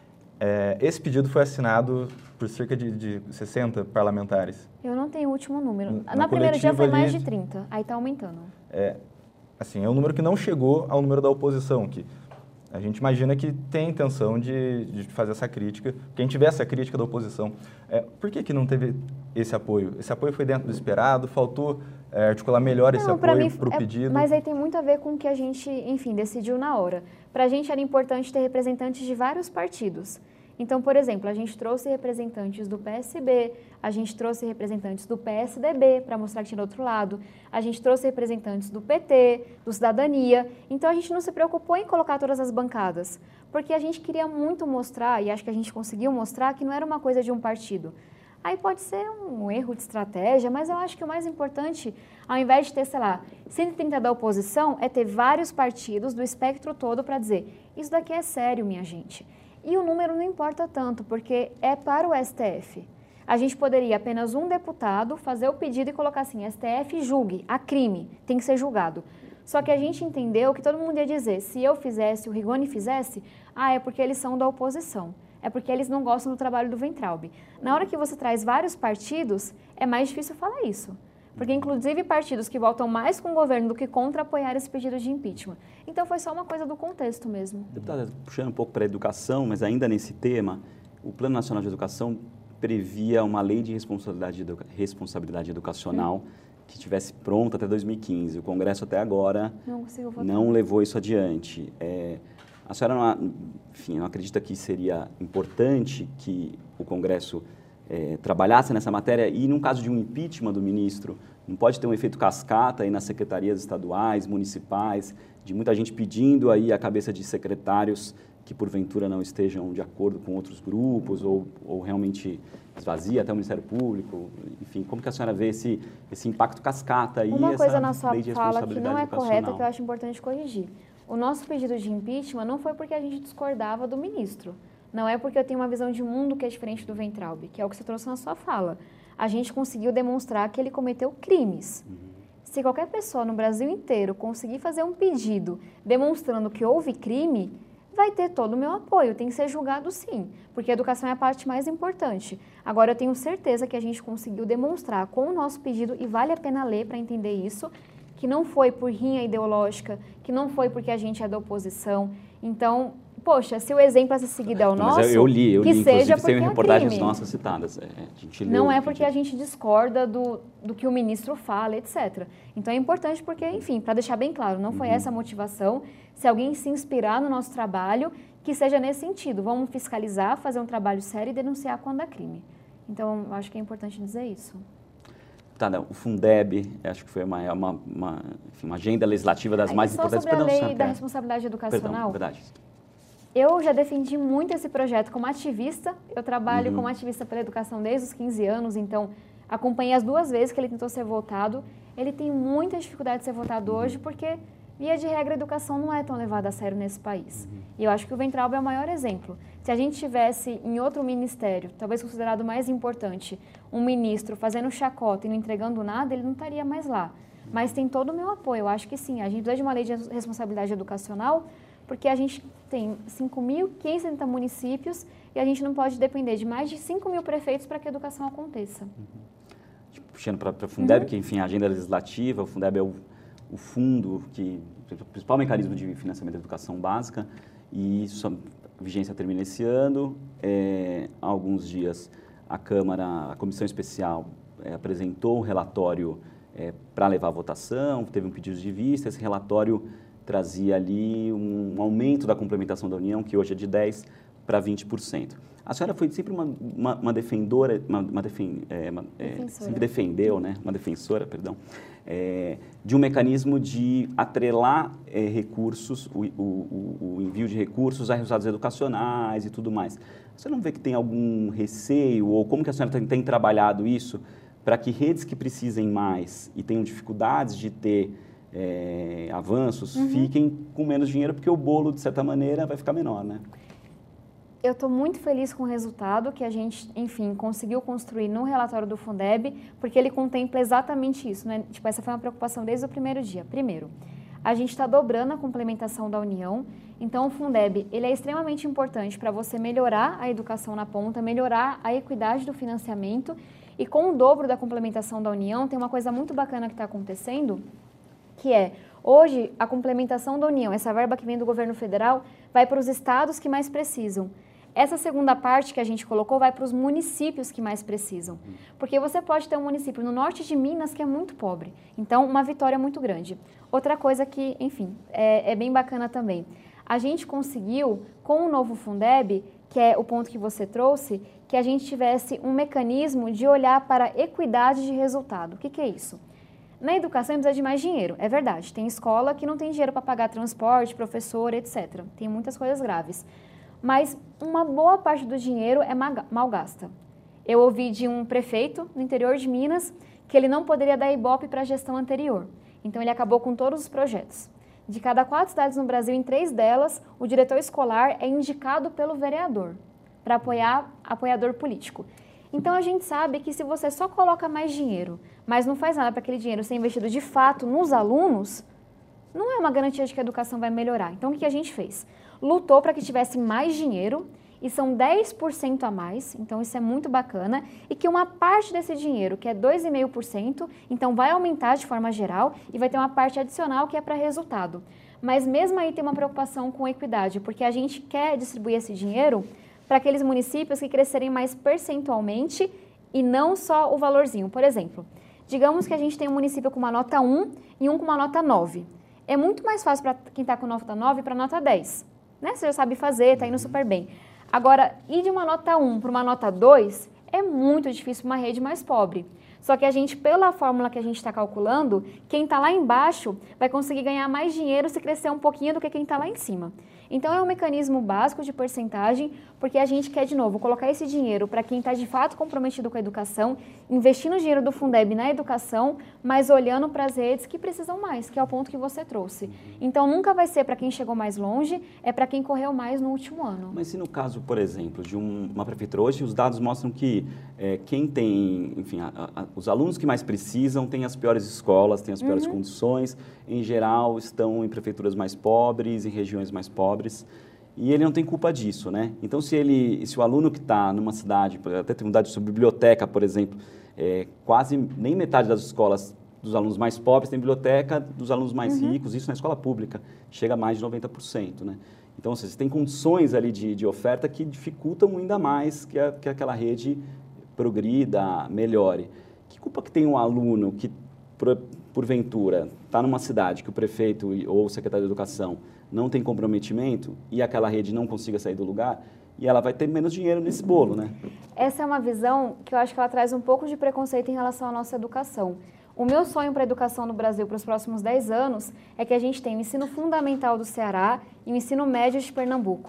É, esse pedido foi assinado por cerca de, de sessenta parlamentares. Eu não tenho o último número. Na, Na primeiro dia foi mais ali, de trinta, aí está aumentando. É, assim, é um número que não chegou ao número da oposição, que a gente imagina que tem intenção de, de fazer essa crítica. Quem tiver essa crítica da oposição, é, por que, que não teve esse apoio? Esse apoio foi dentro do esperado? Faltou é, articular melhor esse não, apoio mim, para o é, pedido? Mas aí tem muito a ver com o que a gente, enfim, decidiu na hora. Para a gente era importante ter representantes de vários partidos. Então, por exemplo, a gente trouxe representantes do P S B, a gente trouxe representantes do P S D B, para mostrar que tinha do outro lado, a gente trouxe representantes do P T, do Cidadania. Então, a gente não se preocupou em colocar todas as bancadas, porque a gente queria muito mostrar, e acho que a gente conseguiu mostrar, que não era uma coisa de um partido. Aí pode ser um erro de estratégia, mas eu acho que o mais importante, ao invés de ter, sei lá, cento e trinta da oposição, é ter vários partidos do espectro todo para dizer, isso daqui é sério, minha gente. E o número não importa tanto, porque é para o S T F. A gente poderia apenas um deputado fazer o pedido e colocar assim, S T F julgue, há crime, tem que ser julgado. Só que a gente entendeu que todo mundo ia dizer, se eu fizesse, o Rigoni fizesse, ah, é porque eles são da oposição, é porque eles não gostam do trabalho do Weintraub. Na hora que você traz vários partidos, é mais difícil falar isso. Porque, inclusive, partidos que votam mais com o governo do que contra apoiar esse pedido de impeachment. Então, foi só uma coisa do contexto mesmo. Deputada, puxando um pouco para a educação, mas ainda nesse tema, o Plano Nacional de Educação previa uma lei de responsabilidade, educa responsabilidade educacional hum. que estivesse pronta até dois mil e quinze. O Congresso, até agora, não, não levou isso adiante. É, a senhora, não, enfim, não acredita que seria importante que o Congresso É, trabalhasse nessa matéria e, num caso de um impeachment do ministro, não pode ter um efeito cascata aí nas secretarias estaduais, municipais, de muita gente pedindo aí a cabeça de secretários que, porventura, não estejam de acordo com outros grupos ou, ou realmente esvazia até o Ministério Público, enfim, como que a senhora vê esse, esse impacto cascata aí? Uma coisa essa na sua lei de fala que não é correta, que eu acho importante corrigir. O nosso pedido de impeachment não foi porque a gente discordava do ministro. Não é porque eu tenho uma visão de mundo que é diferente do Weintraub, que é o que você trouxe na sua fala. A gente conseguiu demonstrar que ele cometeu crimes. Uhum. Se qualquer pessoa no Brasil inteiro conseguir fazer um pedido demonstrando que houve crime, vai ter todo o meu apoio, tem que ser julgado sim, porque a educação é a parte mais importante. Agora, eu tenho certeza que a gente conseguiu demonstrar com o nosso pedido, e vale a pena ler para entender isso, que não foi por rinha ideológica, que não foi porque a gente é da oposição. Então, poxa, se o exemplo a ser seguido é o nosso, mas eu, eu li, eu que li, seja porque tem é reportagens crime. nossas citadas. É, a gente não leu, é porque a gente discorda do, do que o ministro fala, etcétera. Então é importante porque, enfim, para deixar bem claro, não foi uhum. essa a motivação. Se alguém se inspirar no nosso trabalho, que seja nesse sentido. Vamos fiscalizar, fazer um trabalho sério e denunciar quando há crime. Então, acho que é importante dizer isso. Tá, não, o Fundeb, acho que foi uma, uma, uma, enfim, uma agenda legislativa das Aí, mais só importantes. Sobre a Perdão, lei Sam, da é. responsabilidade educacional. Perdão, verdade. Eu já defendi muito esse projeto como ativista. Eu trabalho Uhum. como ativista pela educação desde os quinze anos, então acompanhei as duas vezes que ele tentou ser votado. Ele tem muita dificuldade de ser votado Uhum. hoje porque, via de regra, a educação não é tão levada a sério nesse país. Uhum. E eu acho que o Weintraub é o maior exemplo. Se a gente tivesse em outro ministério, talvez considerado mais importante, um ministro fazendo chacota e não entregando nada, ele não estaria mais lá. Mas tem todo o meu apoio. Eu acho que sim, a gente precisa de uma lei de responsabilidade educacional, porque a gente tem cinco mil quinhentos e setenta municípios e a gente não pode depender de mais de cinco mil prefeitos para que a educação aconteça. Uhum. Puxando para o Fundeb, Uhum. que, enfim, a agenda legislativa, o Fundeb é o, o fundo, que, o principal mecanismo de financiamento da educação básica, e isso, a vigência termina esse ano. É, há alguns dias, a Câmara, a Comissão Especial, é, apresentou um relatório é, para levar à votação, teve um pedido de vista, esse relatório trazia ali um aumento da complementação da União, que hoje é de dez por cento para vinte por cento. A senhora foi sempre uma, uma, uma defendora, uma, uma, defen, é, uma é, sempre defendeu, né, uma defensora, perdão, é, de um mecanismo de atrelar é, recursos, o, o, o envio de recursos a resultados educacionais e tudo mais. Você não vê que tem algum receio, ou como que a senhora tem, tem trabalhado isso para que redes que precisem mais e tenham dificuldades de ter É, avanços, uhum. fiquem com menos dinheiro, porque o bolo, de certa maneira, vai ficar menor, né? Eu estou muito feliz com o resultado que a gente, enfim, conseguiu construir no relatório do Fundeb, porque ele contempla exatamente isso, né? Tipo, essa foi uma preocupação desde o primeiro dia. Primeiro, a gente está dobrando a complementação da União, então o Fundeb, ele é extremamente importante para você melhorar a educação na ponta, melhorar a equidade do financiamento, e com o dobro da complementação da União, tem uma coisa muito bacana que está acontecendo, que é, hoje, a complementação da União, essa verba que vem do governo federal, vai para os estados que mais precisam. Essa segunda parte que a gente colocou vai para os municípios que mais precisam. Porque você pode ter um município no norte de Minas que é muito pobre. Então, uma vitória muito grande. Outra coisa que, enfim, é, é bem bacana também. A gente conseguiu, com o novo Fundeb, que é o ponto que você trouxe, que a gente tivesse um mecanismo de olhar para a equidade de resultado. O que, que é isso? Na educação precisa de mais dinheiro, é verdade. Tem escola que não tem dinheiro para pagar transporte, professor, etcétera. Tem muitas coisas graves. Mas uma boa parte do dinheiro é mal gasta. Eu ouvi de um prefeito no interior de Minas que ele não poderia dar Ibope para a gestão anterior. Então ele acabou com todos os projetos. De cada quatro cidades no Brasil, em três delas, o diretor escolar é indicado pelo vereador para apoiar apoiador político. Então, a gente sabe que se você só coloca mais dinheiro, mas não faz nada para aquele dinheiro ser investido de fato nos alunos, não é uma garantia de que a educação vai melhorar. Então, o que a gente fez? Lutou para que tivesse mais dinheiro, e são dez por cento a mais, então isso é muito bacana, e que uma parte desse dinheiro, que é dois vírgula cinco por cento, então vai aumentar de forma geral, e vai ter uma parte adicional que é para resultado. Mas mesmo aí tem uma preocupação com equidade, porque a gente quer distribuir esse dinheiro para aqueles municípios que crescerem mais percentualmente e não só o valorzinho. Por exemplo, digamos que a gente tem um município com uma nota um e um com uma nota nove. É muito mais fácil para quem está com nota nove para nota dez. Né? Você já sabe fazer, está indo super bem. Agora, ir de uma nota um para uma nota dois é muito difícil para uma rede mais pobre. Só que a gente, pela fórmula que a gente está calculando, quem está lá embaixo vai conseguir ganhar mais dinheiro se crescer um pouquinho do que quem está lá em cima. Então, é um mecanismo básico de porcentagem, porque a gente quer, de novo, colocar esse dinheiro para quem está de fato comprometido com a educação, investindo o dinheiro do Fundeb na educação, mas olhando para as redes que precisam mais, que é o ponto que você trouxe. Então, nunca vai ser para quem chegou mais longe, é para quem correu mais no último ano. Mas se no caso, por exemplo, de um, uma prefeitura, hoje os dados mostram que é, quem tem, enfim, a, a, os alunos que mais precisam têm as piores escolas, têm as piores uhum. condições, em geral estão em prefeituras mais pobres, em regiões mais pobres, e ele não tem culpa disso, né? Então, se, ele, se o aluno que está numa cidade, até tem um dado sobre biblioteca, por exemplo, é, quase nem metade das escolas dos alunos mais pobres tem biblioteca, dos alunos mais uhum. ricos, isso na escola pública, chega a mais de noventa por cento, né? Então, ou seja, você tem condições ali de, de oferta que dificultam ainda mais que, a, que aquela rede progrida, melhore. Que culpa que tem um aluno que, por, porventura, está numa cidade que o prefeito ou o secretário de educação não tem comprometimento e aquela rede não consiga sair do lugar, e ela vai ter menos dinheiro nesse bolo, né? Essa é uma visão que eu acho que ela traz um pouco de preconceito em relação à nossa educação. O meu sonho para a educação no Brasil para os próximos dez anos é que a gente tenha o ensino fundamental do Ceará e o ensino médio de Pernambuco.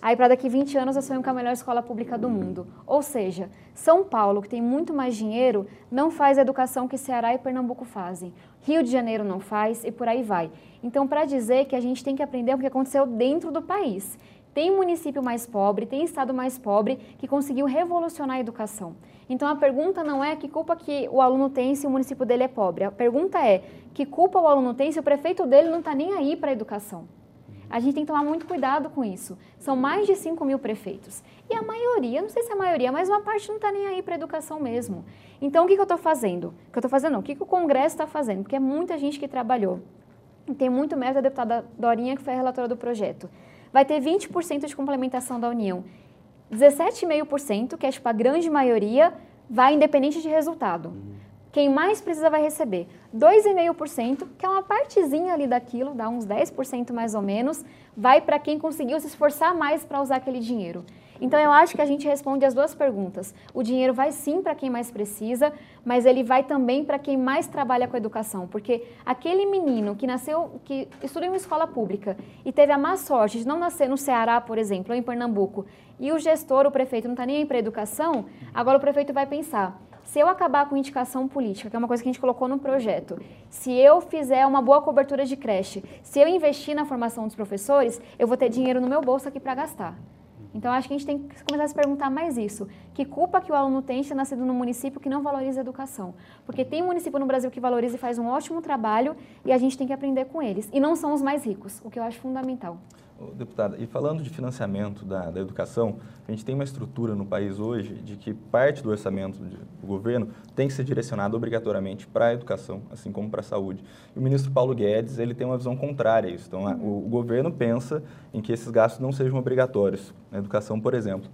aí para daqui vinte anos eu sonho com a melhor escola pública do mundo. Ou seja, São Paulo, que tem muito mais dinheiro, não faz a educação que Ceará e Pernambuco fazem. Rio de Janeiro não faz e por aí vai. Então, para dizer que a gente tem que aprender o que aconteceu dentro do país. Tem município mais pobre, tem estado mais pobre que conseguiu revolucionar a educação. Então, a pergunta não é que culpa que o aluno tem se o município dele é pobre. A pergunta é que culpa o aluno tem se o prefeito dele não está nem aí para a educação. A gente tem que tomar muito cuidado com isso. São mais de cinco mil prefeitos. E a maioria, não sei se é a maioria, mas uma parte não está nem aí para a educação mesmo. Então, o que, que eu estou fazendo? O que eu estou fazendo não. O que, que o Congresso está fazendo? Porque é muita gente que trabalhou. E tem muito mérito da deputada Dorinha, que foi a relatora do projeto. Vai ter vinte por cento de complementação da União. dezessete vírgula cinco por cento, que é tipo a grande maioria, vai independente de resultado. Quem mais precisa vai receber. dois vírgula cinco por cento, que é uma partezinha ali daquilo, dá uns dez por cento mais ou menos, vai para quem conseguiu se esforçar mais para usar aquele dinheiro. Então, eu acho que a gente responde as duas perguntas. O dinheiro vai sim para quem mais precisa, mas ele vai também para quem mais trabalha com a educação. Porque aquele menino que nasceu, que estuda em uma escola pública e teve a má sorte de não nascer no Ceará, por exemplo, ou em Pernambuco, e o gestor, o prefeito, não está nem aí para a educação, agora o prefeito vai pensar, se eu acabar com indicação política, que é uma coisa que a gente colocou no projeto, se eu fizer uma boa cobertura de creche, se eu investir na formação dos professores, eu vou ter dinheiro no meu bolso aqui para gastar. Então, acho que a gente tem que começar a se perguntar mais isso. Que culpa que o aluno tem de ter nascido num município que não valoriza a educação? Porque tem município no Brasil que valoriza e faz um ótimo trabalho e a gente tem que aprender com eles. E não são os mais ricos, o que eu acho fundamental. Deputada, e falando de financiamento da, da educação, a gente tem uma estrutura no país hoje de que parte do orçamento de, do governo tem que ser direcionado obrigatoriamente para a educação, assim como para a saúde. E o ministro Paulo Guedes, ele tem uma visão contrária a isso. Então, a, o, o governo pensa em que esses gastos não sejam obrigatórios. Na educação, por exemplo,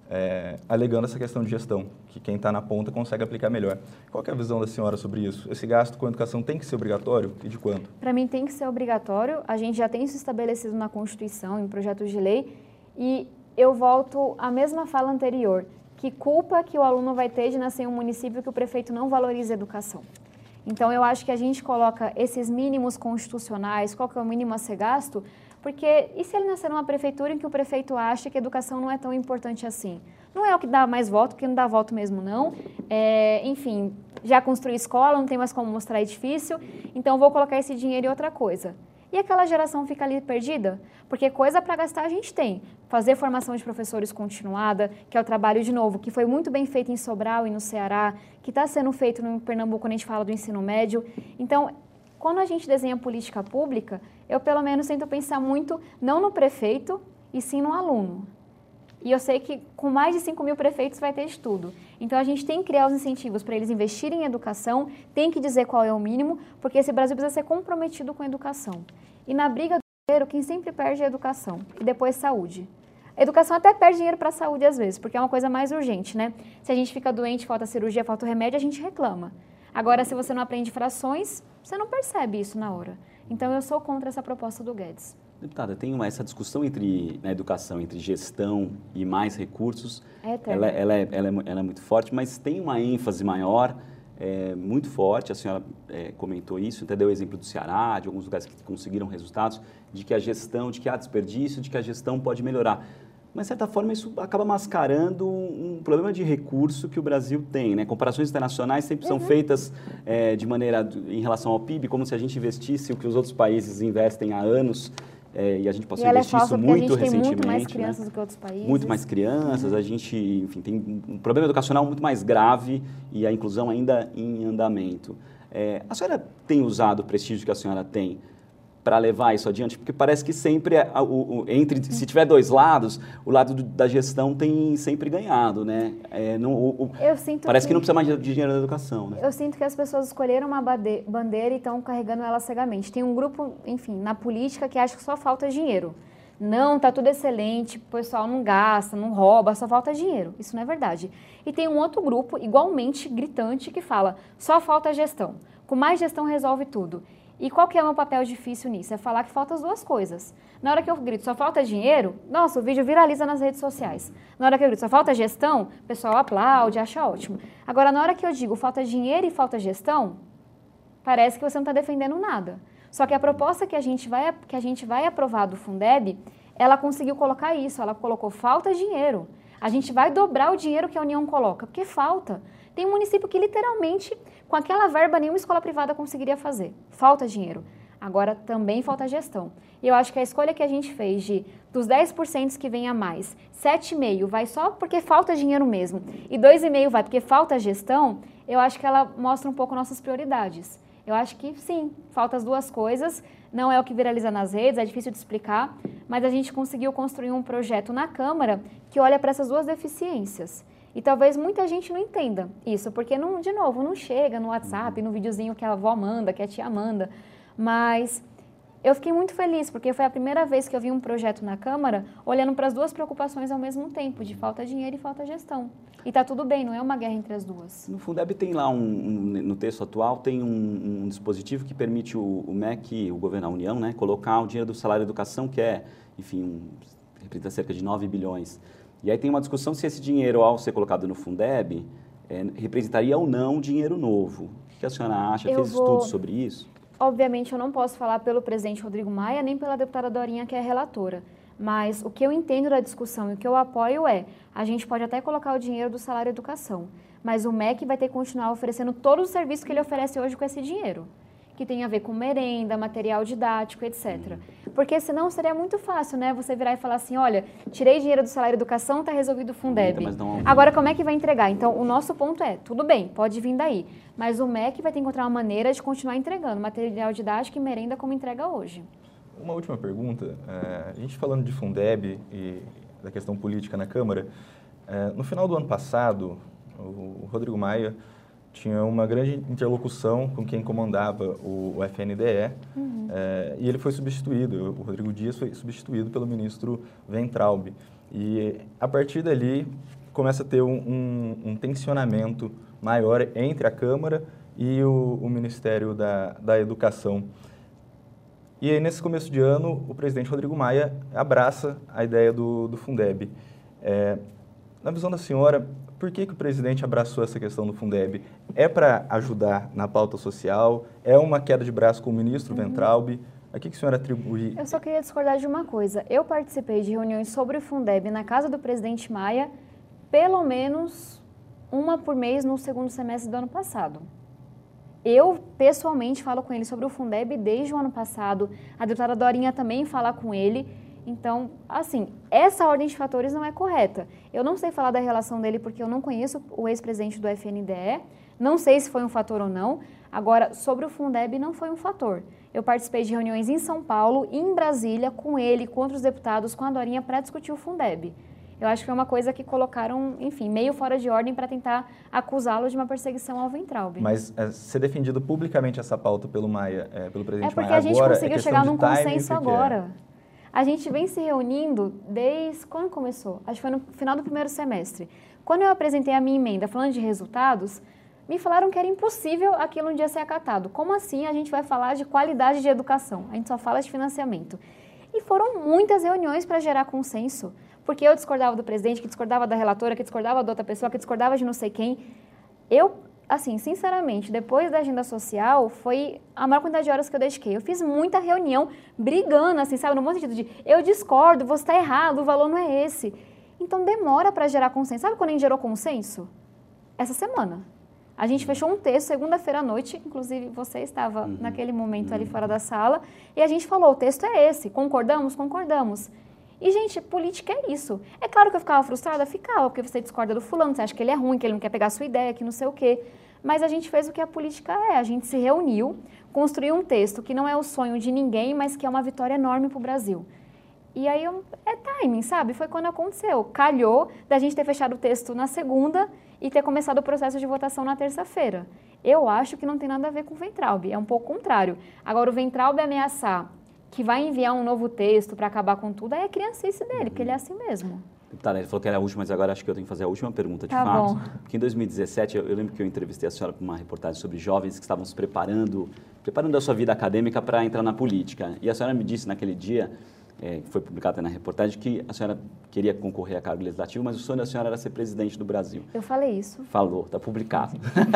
é, alegando essa questão de gestão, que quem está na ponta consegue aplicar melhor. Qual que é a visão da senhora sobre isso? Esse gasto com a educação tem que ser obrigatório e de quanto? Para mim tem que ser obrigatório, a gente já tem isso estabelecido na Constituição, em projetos de lei, e eu volto à mesma fala anterior, que culpa que o aluno vai ter de nascer em um município que o prefeito não valoriza a educação. Então eu acho que a gente coloca esses mínimos constitucionais, qual que é o mínimo a ser gasto, porque e se ele nascer numa prefeitura em que o prefeito acha que a educação não é tão importante assim? Não é o que dá mais voto, porque não dá voto mesmo não. É, enfim, já construí escola, não tem mais como mostrar edifício, então vou colocar esse dinheiro em outra coisa. E aquela geração fica ali perdida? Porque coisa para gastar a gente tem. Fazer formação de professores continuada, que é o trabalho, de novo, que foi muito bem feito em Sobral e no Ceará, que está sendo feito no Pernambuco quando a gente fala do ensino médio. Então, quando a gente desenha política pública, eu pelo menos tento pensar muito, não no prefeito, e sim no aluno. E eu sei que com mais de cinco mil prefeitos vai ter de tudo. Então, a gente tem que criar os incentivos para eles investirem em educação, tem que dizer qual é o mínimo, porque esse Brasil precisa ser comprometido com a educação. E na briga do dinheiro, quem sempre perde é a educação, e depois saúde. A educação até perde dinheiro para a saúde às vezes, porque é uma coisa mais urgente, né? Se a gente fica doente, falta cirurgia, falta remédio, a gente reclama. Agora, se você não aprende frações, você não percebe isso na hora. Então, eu sou contra essa proposta do Guedes. Deputada, tem uma, essa discussão entre, na educação entre gestão e mais recursos, é ela, ela, é, ela, é, ela é muito forte, mas tem uma ênfase maior, é, muito forte, a senhora é, comentou isso, até deu o exemplo do Ceará, de alguns lugares que conseguiram resultados, de que a gestão, de que há desperdício, de que a gestão pode melhorar. Mas, de certa forma, isso acaba mascarando um problema de recurso que o Brasil tem, né? Comparações internacionais sempre são uhum. feitas é, de maneira, em relação ao P I B, como se a gente investisse o que os outros países investem há anos, é, e a gente possa e investir é isso muito a gente recentemente. Tem muito mais crianças, né, do que outros países. Muito mais crianças, uhum. a gente, enfim, tem um problema educacional muito mais grave e a inclusão ainda em andamento. É, a senhora tem usado o prestígio que a senhora tem para levar isso adiante? Porque parece que sempre, é, o, o, entre, se tiver dois lados, o lado do, da gestão tem sempre ganhado, né? É, não, o, o, eu sinto parece que, que não precisa mais de dinheiro da educação, né? Eu sinto que as pessoas escolheram uma bandeira e estão carregando ela cegamente. Tem um grupo, enfim, na política que acha que só falta dinheiro. Não, tá tudo excelente, o pessoal não gasta, não rouba, só falta dinheiro. Isso não é verdade. E tem um outro grupo, igualmente gritante, que fala, só falta gestão. Com mais gestão resolve tudo. E qual que é o meu papel difícil nisso? É falar que faltam as duas coisas. Na hora que eu grito, só falta dinheiro, nossa, o vídeo viraliza nas redes sociais. Na hora que eu grito, só falta gestão, o pessoal aplaude, acha ótimo. Agora, na hora que eu digo, falta dinheiro e falta gestão, parece que você não está defendendo nada. Só que a proposta que a gente vai, que a gente vai aprovar do Fundeb ela conseguiu colocar isso, ela colocou falta dinheiro. A gente vai dobrar o dinheiro que a União coloca, porque falta. Tem um município que literalmente, com aquela verba, nenhuma escola privada conseguiria fazer. Falta dinheiro. Agora também falta gestão. E eu acho que a escolha que a gente fez de, dos dez por cento que vem a mais, sete vírgula cinco por cento vai só porque falta dinheiro mesmo, e dois vírgula cinco por cento vai porque falta gestão, eu acho que ela mostra um pouco nossas prioridades. Eu acho que sim, faltam as duas coisas, não é o que viraliza nas redes, é difícil de explicar, mas a gente conseguiu construir um projeto na Câmara que olha para essas duas deficiências. E talvez muita gente não entenda isso, porque, não, de novo, não chega no WhatsApp, no videozinho que a avó manda, que a tia manda. Mas eu fiquei muito feliz, porque foi a primeira vez que eu vi um projeto na Câmara olhando para as duas preocupações ao mesmo tempo, de falta de dinheiro e falta de gestão. E tá tudo bem, não é uma guerra entre as duas. No Fundeb tem lá, um, um, no texto atual, tem um, um dispositivo que permite o, o M E C, o governo da União, né, colocar o dinheiro do salário de educação, que é, enfim, um, representa cerca de nove bilhões. E aí tem uma discussão se esse dinheiro, ao ser colocado no Fundeb, é, representaria ou não dinheiro novo. O que a senhora acha? Eu Fez vou... estudos sobre isso? Obviamente, eu não posso falar pelo presidente Rodrigo Maia, nem pela deputada Dorinha, que é a relatora. Mas o que eu entendo da discussão e o que eu apoio é, a gente pode até colocar o dinheiro do salário educação, mas o M E C vai ter que continuar oferecendo todos os serviços que ele oferece hoje com esse dinheiro, que tem a ver com merenda, material didático, etcétera. Porque senão seria muito fácil, né? Você virar e falar assim, olha, tirei dinheiro do salário educação, está resolvido o Fundeb. Não... Agora, como é que vai entregar? Então, o nosso ponto é, tudo bem, pode vir daí, mas o M E C vai ter que encontrar uma maneira de continuar entregando material didático e merenda como entrega hoje. Uma última pergunta. É, a gente falando de Fundeb e da questão política na Câmara, é, no final do ano passado, o Rodrigo Maia tinha uma grande interlocução com quem comandava o, o F N D E, uhum. é, e ele foi substituído, o Rodrigo Dias foi substituído pelo ministro Weintraub. E a partir dali começa a ter um, um, um tensionamento maior entre a Câmara e o, o Ministério da, da Educação. E aí, nesse começo de ano, o presidente Rodrigo Maia abraça a ideia do, do Fundeb. É, na visão da senhora, por que, que o presidente abraçou essa questão do Fundeb? É para ajudar na pauta social? É uma queda de braço com o ministro uhum. Weintraub? A que, que a senhora atribui? Eu só queria discordar de uma coisa. Eu participei de reuniões sobre o Fundeb na casa do presidente Maia, pelo menos uma por mês no segundo semestre do ano passado. Eu, pessoalmente, falo com ele sobre o Fundeb desde o ano passado. A deputada Dorinha também fala com ele. Então, assim, essa ordem de fatores não é correta. Eu não sei falar da relação dele porque eu não conheço o ex-presidente do F N D E. Não sei se foi um fator ou não. Agora, sobre o Fundeb, não foi um fator. Eu participei de reuniões em São Paulo e em Brasília com ele, com outros deputados, com a Dorinha, para discutir o Fundeb. Eu acho que foi uma coisa que colocaram, enfim, meio fora de ordem para tentar acusá-lo de uma perseguição ao Weintraub. Mas é, ser defendido publicamente essa pauta pelo Maia, é, pelo presidente Maia, agora... É porque a gente conseguiu é chegar num timing, consenso agora. É? A gente vem se reunindo desde... Quando começou? Acho que foi no final do primeiro semestre. Quando eu apresentei a minha emenda falando de resultados, me falaram que era impossível aquilo um dia ser acatado. Como assim a gente vai falar de qualidade de educação? A gente só fala de financiamento. E foram muitas reuniões para gerar consenso. Porque eu discordava do presidente, que discordava da relatora, que discordava da outra pessoa, que discordava de não sei quem. Eu, assim, sinceramente, depois da agenda social, foi a maior quantidade de horas que eu dediquei. Eu fiz muita reunião brigando, assim, sabe, no bom sentido de eu discordo, você está errado, o valor não é esse. Então, demora para gerar consenso. Sabe quando a gente gerou consenso? Essa semana. A gente fechou um texto segunda-feira à noite, inclusive você estava uhum. naquele momento ali fora da sala, e a gente falou, o texto é esse, concordamos? Concordamos. E, gente, política é isso. É claro que eu ficava frustrada? Ficava, porque você discorda do fulano, você acha que ele é ruim, que ele não quer pegar a sua ideia, que não sei o quê. Mas a gente fez o que a política é. A gente se reuniu, construiu um texto que não é o sonho de ninguém, mas que é uma vitória enorme para o Brasil. E aí, eu, é timing, sabe? Foi quando aconteceu. Calhou da gente ter fechado o texto na segunda e ter começado o processo de votação na terça-feira. Eu acho que não tem nada a ver com o Weintraub, é um pouco contrário. Agora, o Weintraub ameaçar que vai enviar um novo texto para acabar com tudo, aí é criancice dele, porque ele é assim mesmo. Deputada, ele falou que era a última, mas agora acho que eu tenho que fazer a última pergunta de tá fato. Bom. Porque em dois mil e dezessete, eu, eu lembro que eu entrevistei a senhora para uma reportagem sobre jovens que estavam se preparando, preparando a sua vida acadêmica para entrar na política. E a senhora me disse naquele dia, é, que foi publicado na reportagem, que a senhora queria concorrer a cargo legislativo, mas o sonho da senhora era ser presidente do Brasil. Eu falei isso. Falou, está publicado.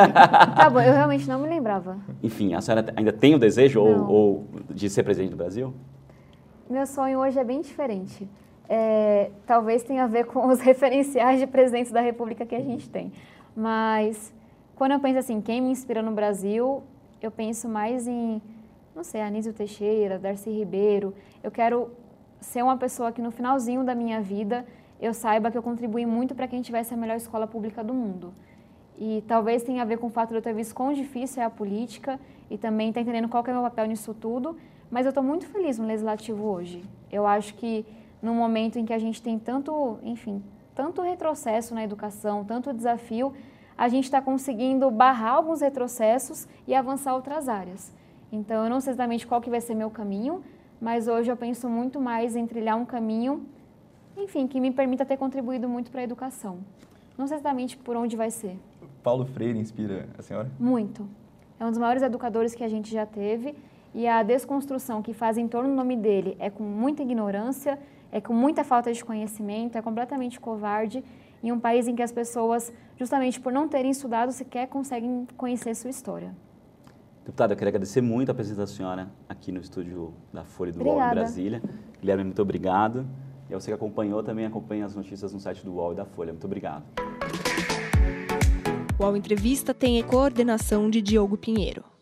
Tá bom, eu realmente não me lembrava. Enfim, a senhora ainda tem o desejo ou, ou de ser presidente do Brasil? Meu sonho hoje é bem diferente. É, talvez tenha a ver com os referenciais de presidentes da República que a gente tem. Mas quando eu penso assim, quem me inspira no Brasil, eu penso mais em, não sei, Anísio Teixeira, Darcy Ribeiro. Eu quero ser uma pessoa que no finalzinho da minha vida eu saiba que eu contribuí muito para quem tivesse a melhor escola pública do mundo. E talvez tenha a ver com o fato de eu ter visto quão difícil é a política e também estar entendendo qual que é o meu papel nisso tudo, mas eu estou muito feliz no Legislativo hoje. Eu acho que num momento em que a gente tem tanto, enfim, tanto retrocesso na educação, tanto desafio, a gente está conseguindo barrar alguns retrocessos e avançar outras áreas. Então, eu não sei exatamente qual que vai ser meu caminho, mas hoje eu penso muito mais em trilhar um caminho, enfim, que me permita ter contribuído muito para a educação. Não sei exatamente por onde vai ser. Paulo Freire inspira a senhora? Muito. É um dos maiores educadores que a gente já teve e a desconstrução que faz em torno do nome dele é com muita ignorância, é com muita falta de conhecimento, é completamente covarde em um país em que as pessoas, justamente por não terem estudado, sequer conseguem conhecer sua história. Deputada, eu queria agradecer muito a presença da senhora aqui no estúdio da Folha do U O L em Brasília. Guilherme, muito obrigado. E você que acompanhou, também acompanha as notícias no site do U O L e da Folha. Muito obrigado. O U O L Entrevista tem a coordenação de Diogo Pinheiro.